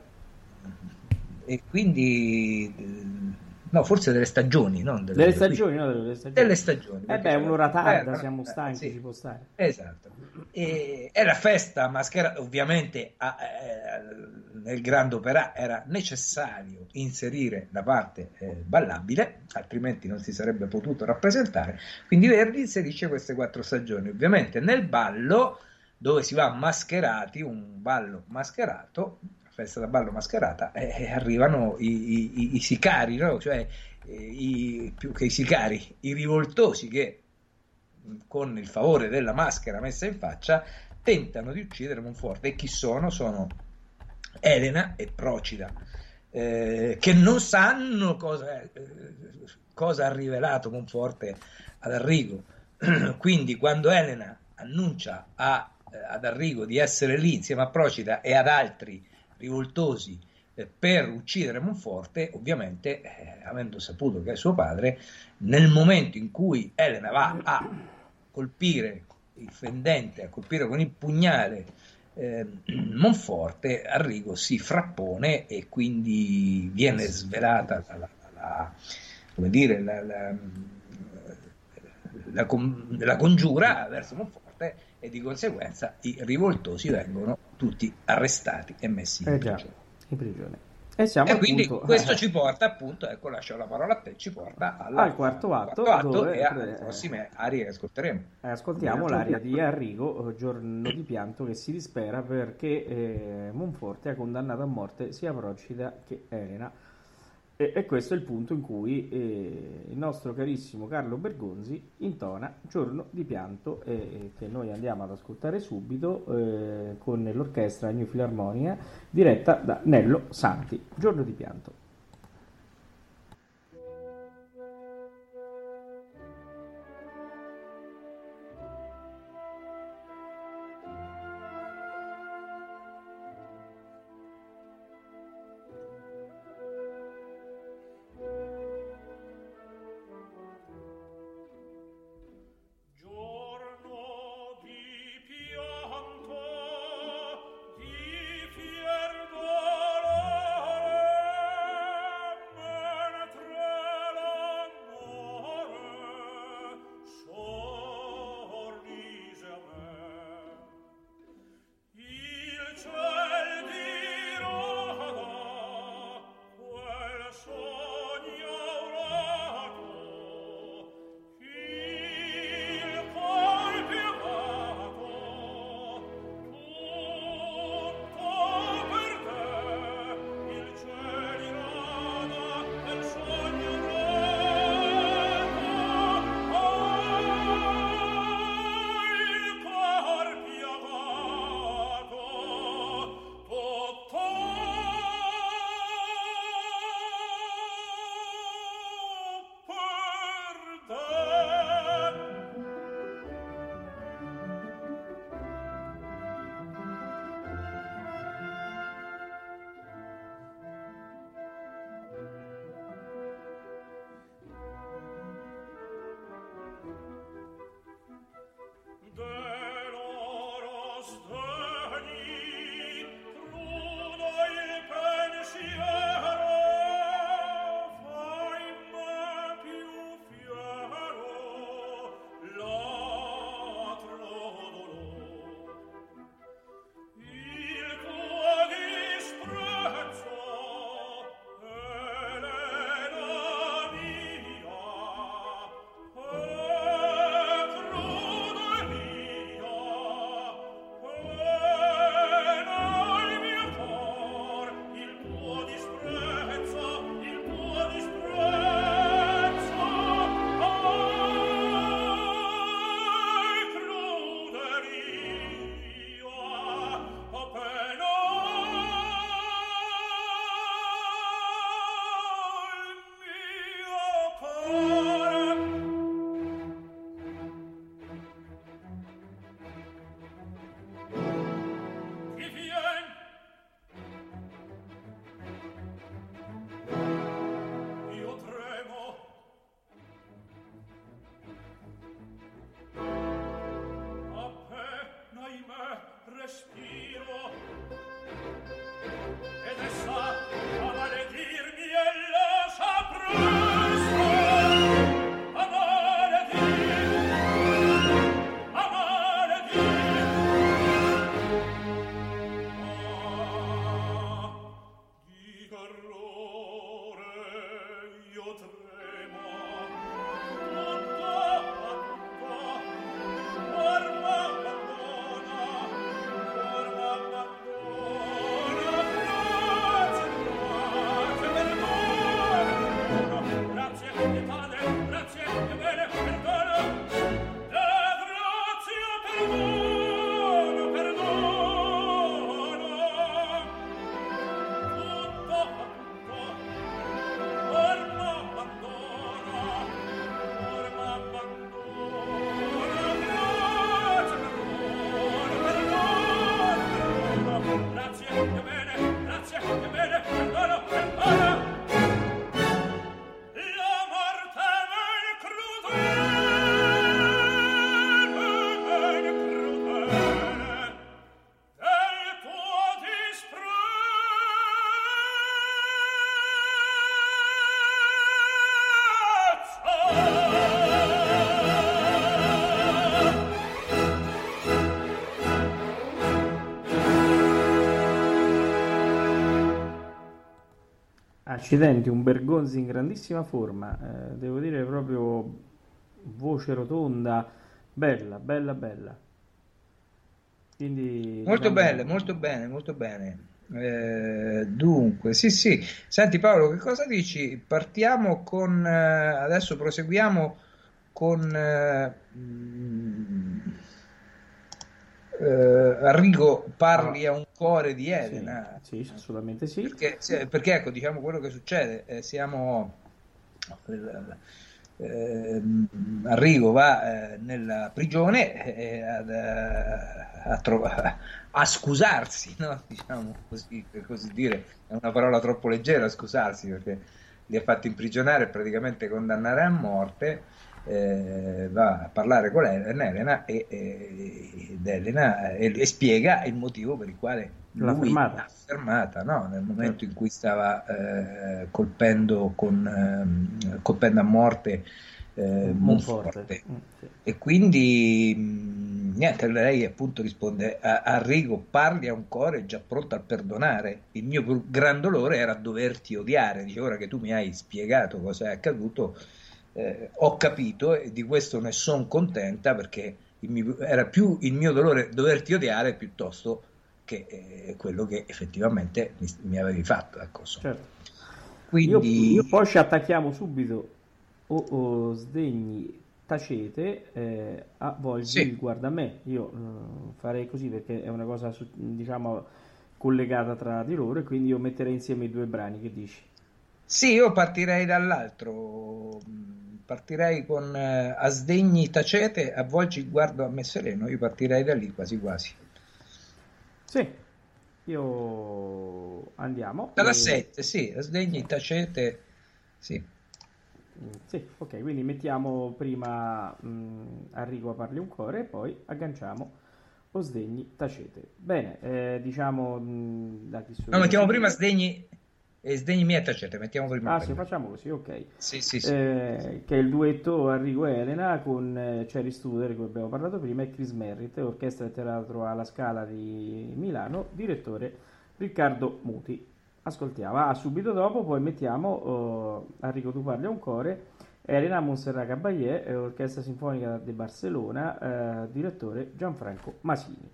E quindi no, forse delle stagioni, non delle, Delle stagioni, no? Delle stagioni. delle stagioni, Eh perché beh, c'è un'ora la- tarda, eh, siamo eh, stanchi, sì. ci può stare. Esatto. E, e la festa mascherata, ovviamente a- eh, nel Grand Opéra era necessario inserire la parte eh, ballabile, altrimenti non si sarebbe potuto rappresentare, quindi Verdi inserisce queste quattro stagioni. Ovviamente nel ballo, dove si va mascherati, un ballo mascherato, festa da ballo mascherata, eh, arrivano i, i, i, i sicari, no? Cioè eh, i, più che i sicari, i rivoltosi che con il favore della maschera messa in faccia tentano di uccidere Monforte. E chi sono? Sono Elena e Procida, eh, che non sanno cosa, eh, cosa ha rivelato Monforte ad Arrigo. Quindi quando Elena annuncia a, eh, ad Arrigo di essere lì insieme a Procida e ad altri rivoltosi eh, per uccidere Monforte, ovviamente eh, avendo saputo che è suo padre, nel momento in cui Elena va a colpire il fendente, a colpire con il pugnale eh, Monforte, Arrigo si frappone e quindi viene svelata la, la, la, come dire, la, la, la, la congiura verso Monforte, e di conseguenza i rivoltosi vengono tutti arrestati e messi in Eh già, prigione. in prigione. E siamo E quindi appunto questo ci porta appunto, ecco, lascio la parola a te, ci porta alla, al quarto atto, quarto atto dove e alle eh, prossime arie che ascolteremo. eh, ascoltiamo l'aria di Arrigo, Giorno di pianto, che si dispera perché eh, Monforte ha condannato a morte sia Procida che Elena. E, e questo è il punto in cui eh, il nostro carissimo Carlo Bergonzi intona Giorno di pianto, eh, che noi andiamo ad ascoltare subito eh, con l'orchestra New Filarmonia diretta da Nello Santi. Giorno di pianto. Giorno di pianto, di fier dolore, Accidenti, un Bergonzi in grandissima forma, eh, devo dire proprio voce rotonda, bella, bella, bella. Quindi, molto diciamo... bene, molto bene, molto bene. Eh, dunque, sì, sì. Senti Paolo, che cosa dici? Partiamo con, eh, adesso proseguiamo con eh, eh, Arrigo parli a un cuore di Elena. Sì, sì, assolutamente sì. Perché, perché ecco, diciamo quello che succede, eh, siamo... Eh, Arrigo va eh, nella prigione eh, ad, a, trova, a scusarsi, no? Diciamo così, per così dire, è una parola troppo leggera scusarsi, perché li ha fatti imprigionare e praticamente condannare a morte. Eh, va a parlare con Elena, Elena e, e, ed Elena e, e spiega il motivo per il quale l'ha lui fermata, l'ha fermata, no? Nel momento in cui stava eh, colpendo, con, eh, colpendo a morte eh, Monforte. Mm, sì. E quindi mh, niente, lei appunto risponde a, a Arrigo parli a un cuore già pronto a perdonare, il mio più gran dolore era doverti odiare. Dice, ora che tu mi hai spiegato cosa è accaduto, eh, ho capito e di questo ne sono contenta, perché il mio, era più il mio dolore doverti odiare piuttosto che eh, quello che effettivamente mi, mi avevi fatto, ecco. Certo. Quindi io, io poi ci attacchiamo subito o, o sdegni tacete eh, a volgi sì. Guarda me, io eh, farei così perché è una cosa diciamo collegata tra di loro, e quindi io metterei insieme i due brani. Che dici? Sì, io partirei dall'altro, partirei con eh, a sdegni tacete, a volgi guardo a me sereno, io partirei da lì quasi quasi. Sì, io andiamo dalla e... sette, sì, a sdegni tacete, sì. Sì, ok, quindi mettiamo prima mh, Arrigo parli un cuore e poi agganciamo o sdegni tacete. Bene, eh, diciamo mh, da chi sono. No, mettiamo prima sdegni e sdegni miei e tacete, mettiamo prima. Ah, sì, facciamo così, ok. Sì, sì, sì. Eh, che è il duetto Arrigo e Elena con eh, Cherry Studer, di cui abbiamo parlato prima, e Chris Merritt, orchestra del teatro alla Scala di Milano, direttore Riccardo Muti. Ascoltiamo. Ah, subito dopo poi mettiamo oh, Arrigo tu parli a un core, Elena Montserrat Caballé, eh, orchestra sinfonica di Barcellona, eh, direttore Gianfranco Masini.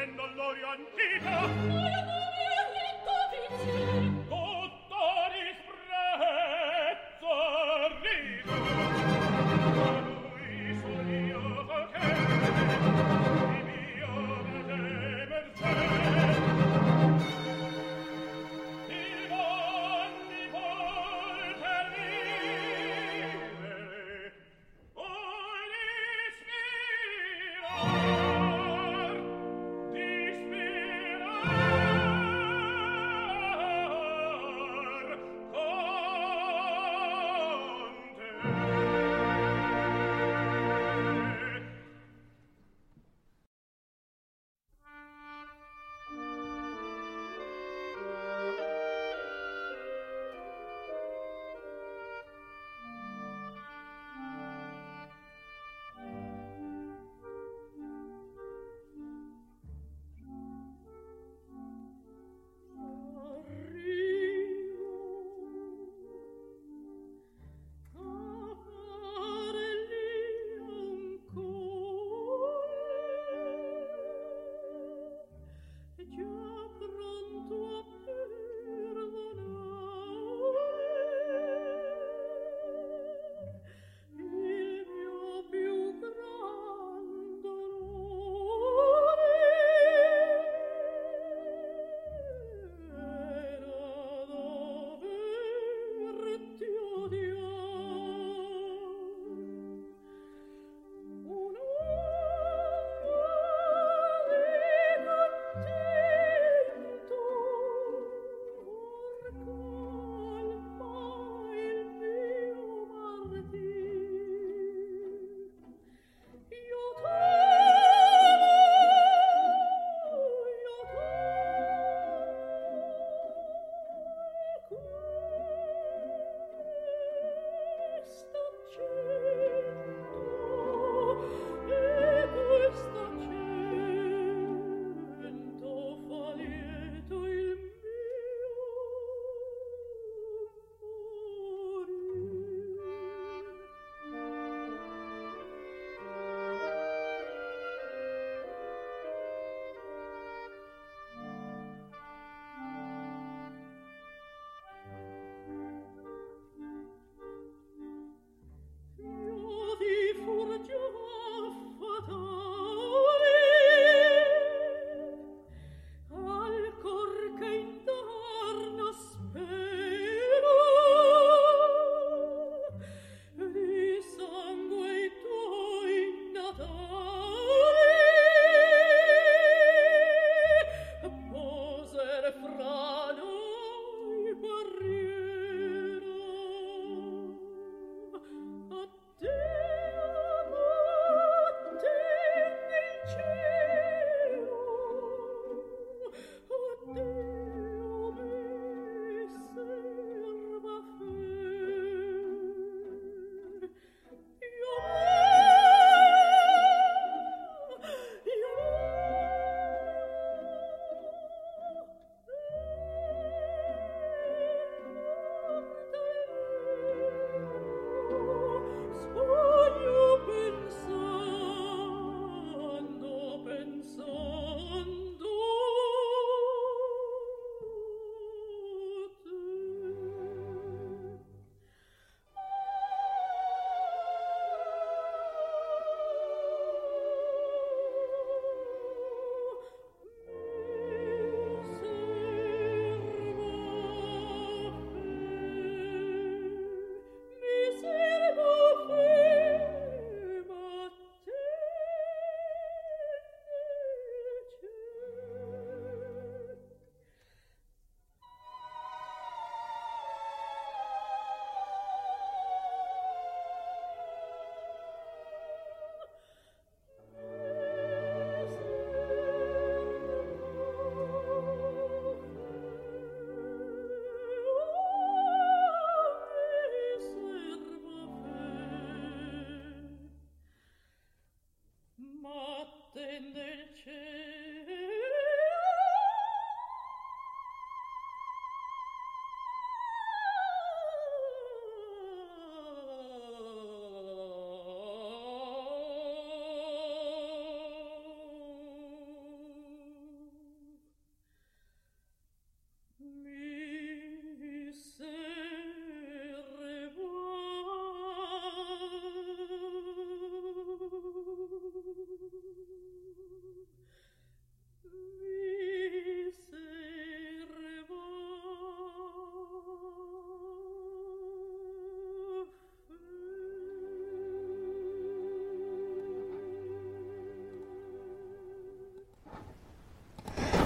Tutto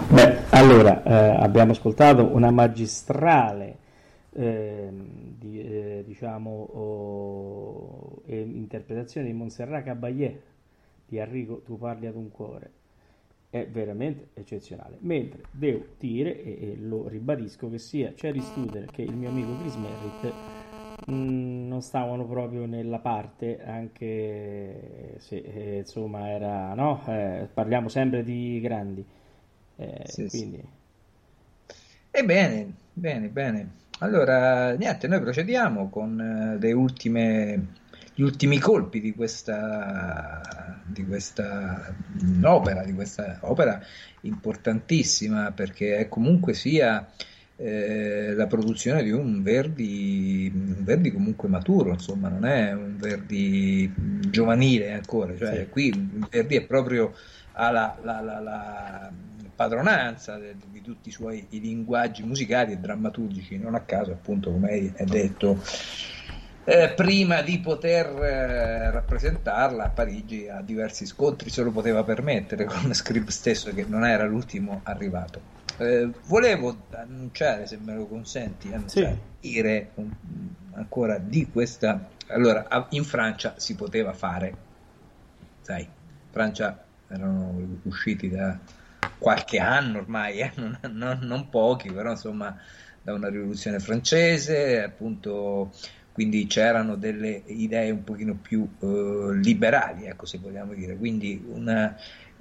Beh, allora, eh, abbiamo ascoltato una magistrale eh, di, eh, diciamo, oh, eh, interpretazione di Montserrat Caballé di Enrico Tu parli ad un cuore. È veramente eccezionale. Mentre devo dire, e, e lo ribadisco, che sia Cherry Studer che il mio amico Chris Merritt mh, non stavano proprio nella parte, anche se eh, insomma era, no? Eh, parliamo sempre di grandi. Eh, Sì, sì. quindi Ebbene, bene, bene. Allora, niente, noi procediamo con eh, le ultime, gli ultimi colpi di questa, di questa mm, opera, di questa opera importantissima, perché è comunque sia eh, la produzione di un Verdi, un Verdi comunque maturo, insomma, non è un Verdi mm, giovanile ancora, cioè sì. qui il Verdi è proprio alla la, la, la padronanza de- di tutti i suoi i linguaggi musicali e drammaturgici, non a caso, appunto, come hai hai detto, eh, prima di poter eh, rappresentarla a Parigi a diversi scontri se lo poteva permettere, con Scrib stesso che non era l'ultimo arrivato. Eh, volevo annunciare, se me lo consenti, annunciare, Sì. dire un- ancora di questa. Allora, a- in Francia si poteva fare, sai, Francia erano usciti da qualche anno ormai, eh, non, non- non pochi, però insomma da una rivoluzione francese, appunto, quindi c'erano delle idee un pochino più eh, liberali, ecco, se vogliamo dire, quindi una,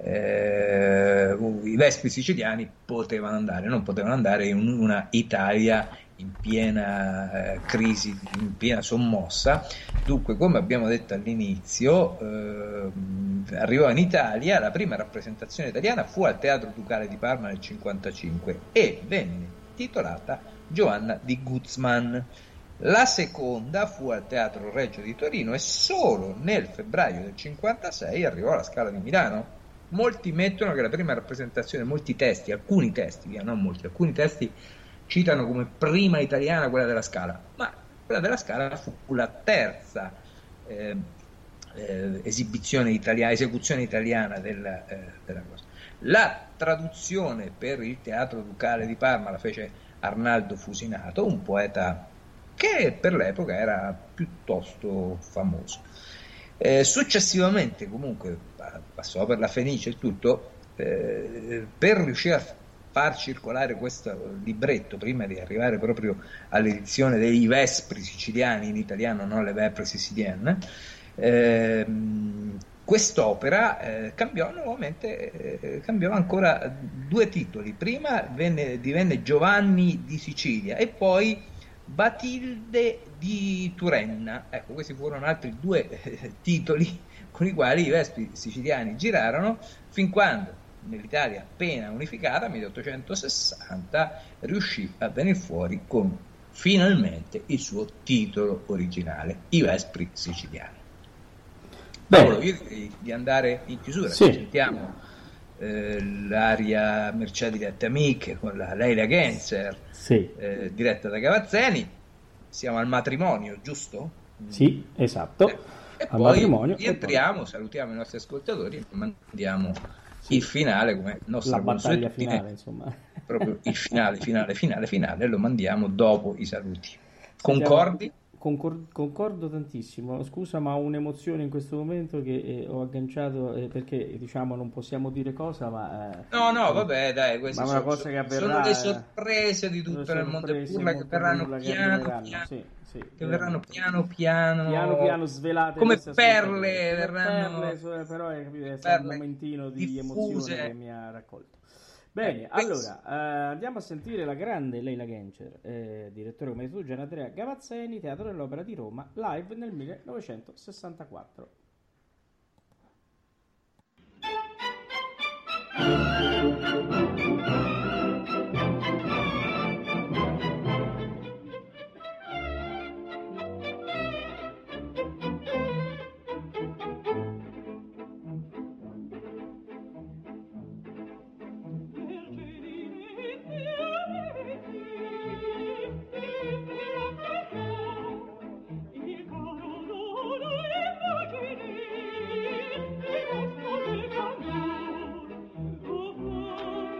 eh, i Vespi siciliani potevano andare, non potevano andare in una Italia in piena eh, crisi, in piena sommossa. Dunque, come abbiamo detto all'inizio, ehm, arrivò in Italia, la prima rappresentazione italiana fu al Teatro Ducale di Parma nel cinquantacinque e venne titolata Giovanna di Guzman. La seconda fu al Teatro Regio di Torino e solo nel febbraio del cinquantasei arrivò alla Scala di Milano. Molti mettono che la prima rappresentazione, molti testi, alcuni testi, via, non molti, alcuni testi citano come prima italiana quella della Scala, ma quella della Scala fu la terza eh, eh, esibizione italiana, esecuzione italiana della, eh, della cosa. La traduzione per il Teatro Ducale di Parma la fece Arnaldo Fusinato, un poeta che per l'epoca era piuttosto famoso. Eh, successivamente, comunque, passò per la Fenice e tutto, eh, per riuscire a far circolare questo libretto prima di arrivare proprio all'edizione dei Vespri siciliani, in italiano, non le Vespri siciliane, ehm, quest'opera eh, cambiò nuovamente, eh, cambiò ancora due titoli. Prima venne, divenne Giovanni di Sicilia e poi Batilde di Turenna. Ecco, questi furono altri due eh, titoli con i quali i Vespi siciliani girarono fin quando nell'Italia appena unificata, milleottocentosessanta, riuscì a venire fuori con finalmente il suo titolo originale, I Vespri siciliani. Paolo, io direi di andare in chiusura, Sì. sentiamo eh, l'aria Mercedes Lette Amiche con la Leila Genzer, Sì. eh, diretta da Gavazzeni. Siamo al matrimonio, giusto? Sì, esatto. Eh, e Al poi matrimonio, rientriamo, salutiamo i nostri ascoltatori e mandiamo Sì. il finale come nostra La battaglia consuetudine, finale, insomma. proprio il finale, finale, finale, finale, lo mandiamo dopo i saluti. Sentiamo- Concordi? Concor- concordo tantissimo. Scusa, ma ho un'emozione in questo momento che eh, ho agganciato eh, perché diciamo non possiamo dire cosa, ma eh, No, no, vabbè, dai, queste ma una sono, cosa che avverrà, sono le eh, sorprese di tutto le nel mondo del sorprese burla che molto verranno burla che piano arriveranno, piano, sì, sì, che verranno veramente. piano piano, Piano piano svelate ai come nostri ascoltatori. perle, Come verranno perle, so- però è, capito, è stato un perle momentino di diffuse. emozione che mi ha raccolto. Bene, Eh, questo- allora eh, andiamo a sentire la grande Leila Gencer, eh, direttore come tu, Gian Andrea Gavazzeni, Teatro dell'Opera di Roma, live nel millenovecentosessantaquattro. Il coro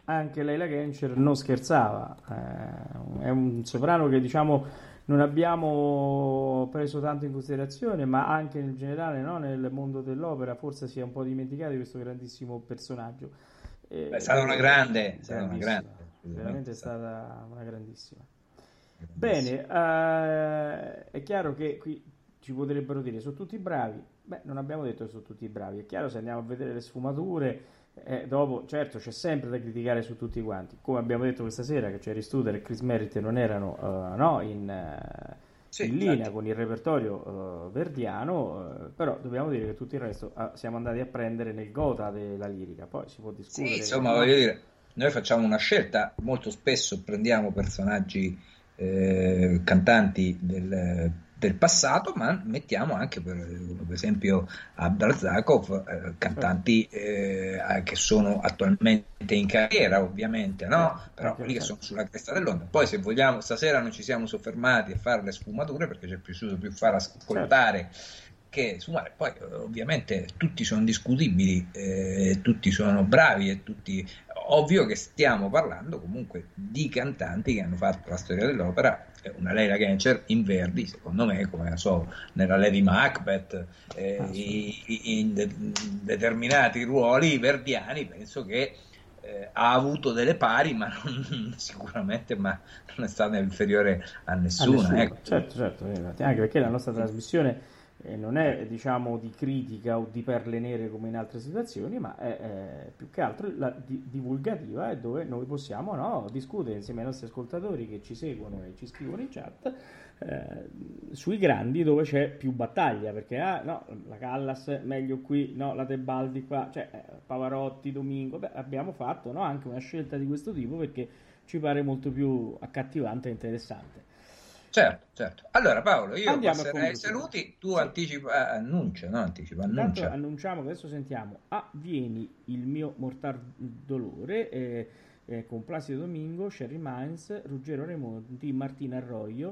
anche Leila Gencer non scherzava. Eh, è un soprano che diciamo non abbiamo preso tanto in considerazione, ma anche in generale, no, nel mondo dell'opera forse si è un po' dimenticato di questo grandissimo personaggio. Eh, è stata una grande, è stata una grande, veramente è stata una grandissima. Bene, eh, è chiaro che qui ci potrebbero dire sono tutti bravi. Beh, non abbiamo detto che sono tutti bravi. È chiaro, se andiamo a vedere le sfumature, eh, dopo, certo, c'è sempre da criticare su tutti quanti. Come abbiamo detto questa sera, che Jerry Studer e Chris Merritt non erano uh, no, in, uh, sì, in linea certo. con il repertorio uh, verdiano, uh, però dobbiamo dire che tutto il resto uh, siamo andati a prendere nel gota della lirica. Poi si può discutere. Sì, insomma, voglio dire, noi facciamo una scelta, molto spesso prendiamo personaggi, eh, cantanti del... del passato, ma mettiamo anche per, per esempio Abdrazakov, eh, cantanti eh, che sono attualmente in carriera, ovviamente, no? Però quelli che sono sulla cresta dell'onda. Poi, se vogliamo, stasera non ci siamo soffermati a fare le sfumature perché ci è piaciuto più far ascoltare che sfumare. Poi ovviamente tutti sono discutibili, eh, tutti sono bravi e tutti, ovvio che stiamo parlando comunque di cantanti che hanno fatto la storia dell'opera. Una Leila Gencer in Verdi, secondo me, come so, nella Lady Macbeth, eh, ah, sì. in, de- in determinati ruoli verdiani, penso che eh, ha avuto delle pari, ma non, sicuramente ma non è stata inferiore a nessuna. A ecco. Certo, certo, anche perché la nostra trasmissione eh, non è, diciamo, di critica o di perle nere come in altre situazioni, ma è, è più che altro la di, divulgativa, è dove noi possiamo, no, discutere insieme ai nostri ascoltatori che ci seguono e ci scrivono in chat eh, sui grandi dove c'è più battaglia, perché ah, no, la Callas meglio qui, no, la Tebaldi qua, cioè eh, Pavarotti, Domingo. Beh, abbiamo fatto, no, anche una scelta di questo tipo perché ci pare molto più accattivante e interessante. Certo, certo. Allora Paolo, io Andiamo passerei ai saluti, tu sì. anticipa, annuncia, no anticipa, annuncia. Intanto annunciamo che adesso sentiamo Ah, vieni il mio mortar dolore, eh, eh, con Placido Domingo, Sherry Mines, Ruggero Raimondi, Martina Arroyo,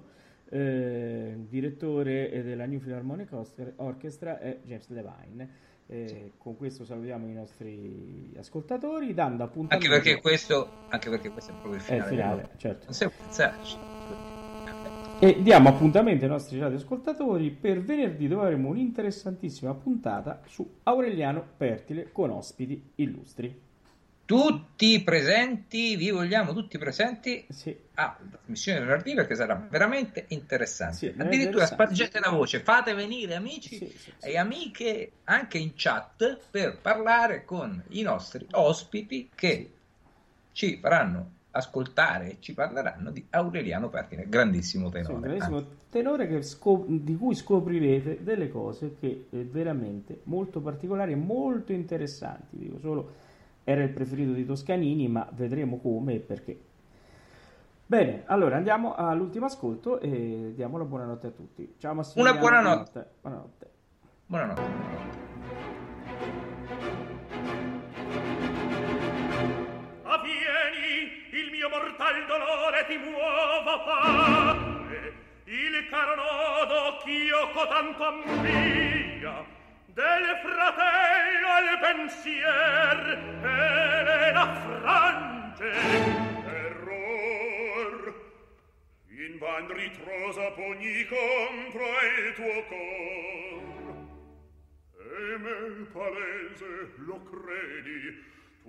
eh, direttore della New Philharmonic Orchestra è James Levine. Eh, sì. Con questo salutiamo i nostri ascoltatori, dando appuntamento. Anche perché questo, anche perché questo è proprio il finale. È il finale, certo. Non sei pensarci. E diamo appuntamento ai nostri radioascoltatori per venerdì, dove avremo un'interessantissima puntata su Aureliano Pertile con ospiti illustri. Tutti presenti, vi vogliamo tutti presenti sì. alla trasmissione venerdì, perché sarà veramente interessante. Sì, addirittura spargete la voce, fate venire amici sì, sì, sì. e amiche anche in chat per parlare con i nostri ospiti che sì. ci faranno ascoltare e ci parleranno di Aureliano Pertile, grandissimo tenore. Sì, grandissimo tenore che scop- di cui scoprirete delle cose che è veramente molto particolari e molto interessanti. Dico solo, era il preferito di Toscanini, ma vedremo come e perché. Bene, allora andiamo all'ultimo ascolto e diamo la buonanotte a tutti. Ciao Massimiliano. Una buonanotte. Buonanotte. Buonanotte. Il mio mortal dolore ti muova parte, il caro nodo ch'io cotanto ammia, del fratello al pensier e le naufrange. Error, invan ritrosa pogni contro il tuo cor, e me palese lo credi, tu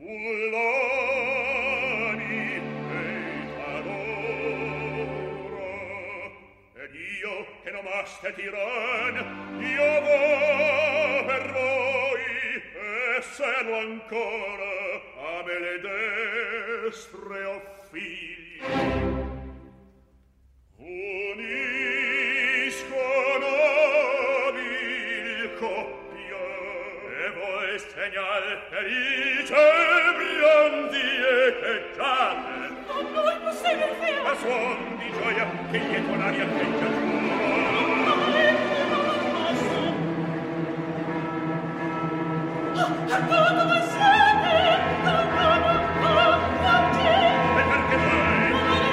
l'ami e t'adora, ed io che nomaste tiran, io vo per voi esserlo ancora, a me le destre o figli. Unisco nobil coppia, e voi segnal felice biondi echeggiate. A noi possiede fare a suon di gioia che dietro l'aria freccia giura. A tutto voi siete, a tutto, a tutti. E perché mai?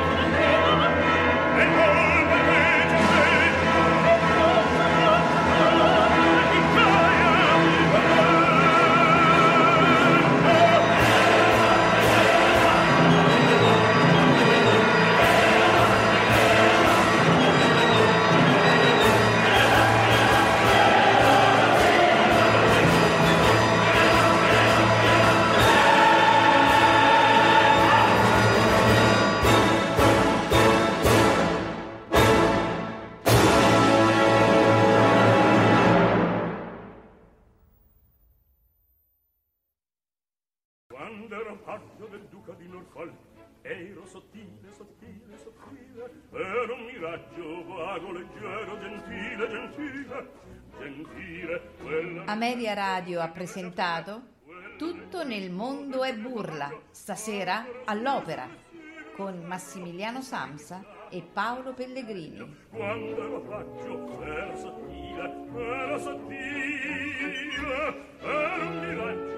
E non invece sei di gioia. quando ero paggio del duca di Norfolk, ero sottile, sottile, sottile, ero un miraggio vago, leggero, gentile, gentile, gentile, quella... Ameria Radio ha presentato Tutto nel mondo è burla, stasera all'Opera, con Massimiliano Samsa e Paolo Pellegrini. Quando ero paggio, ero sottile, ero sottile, ero un miraggio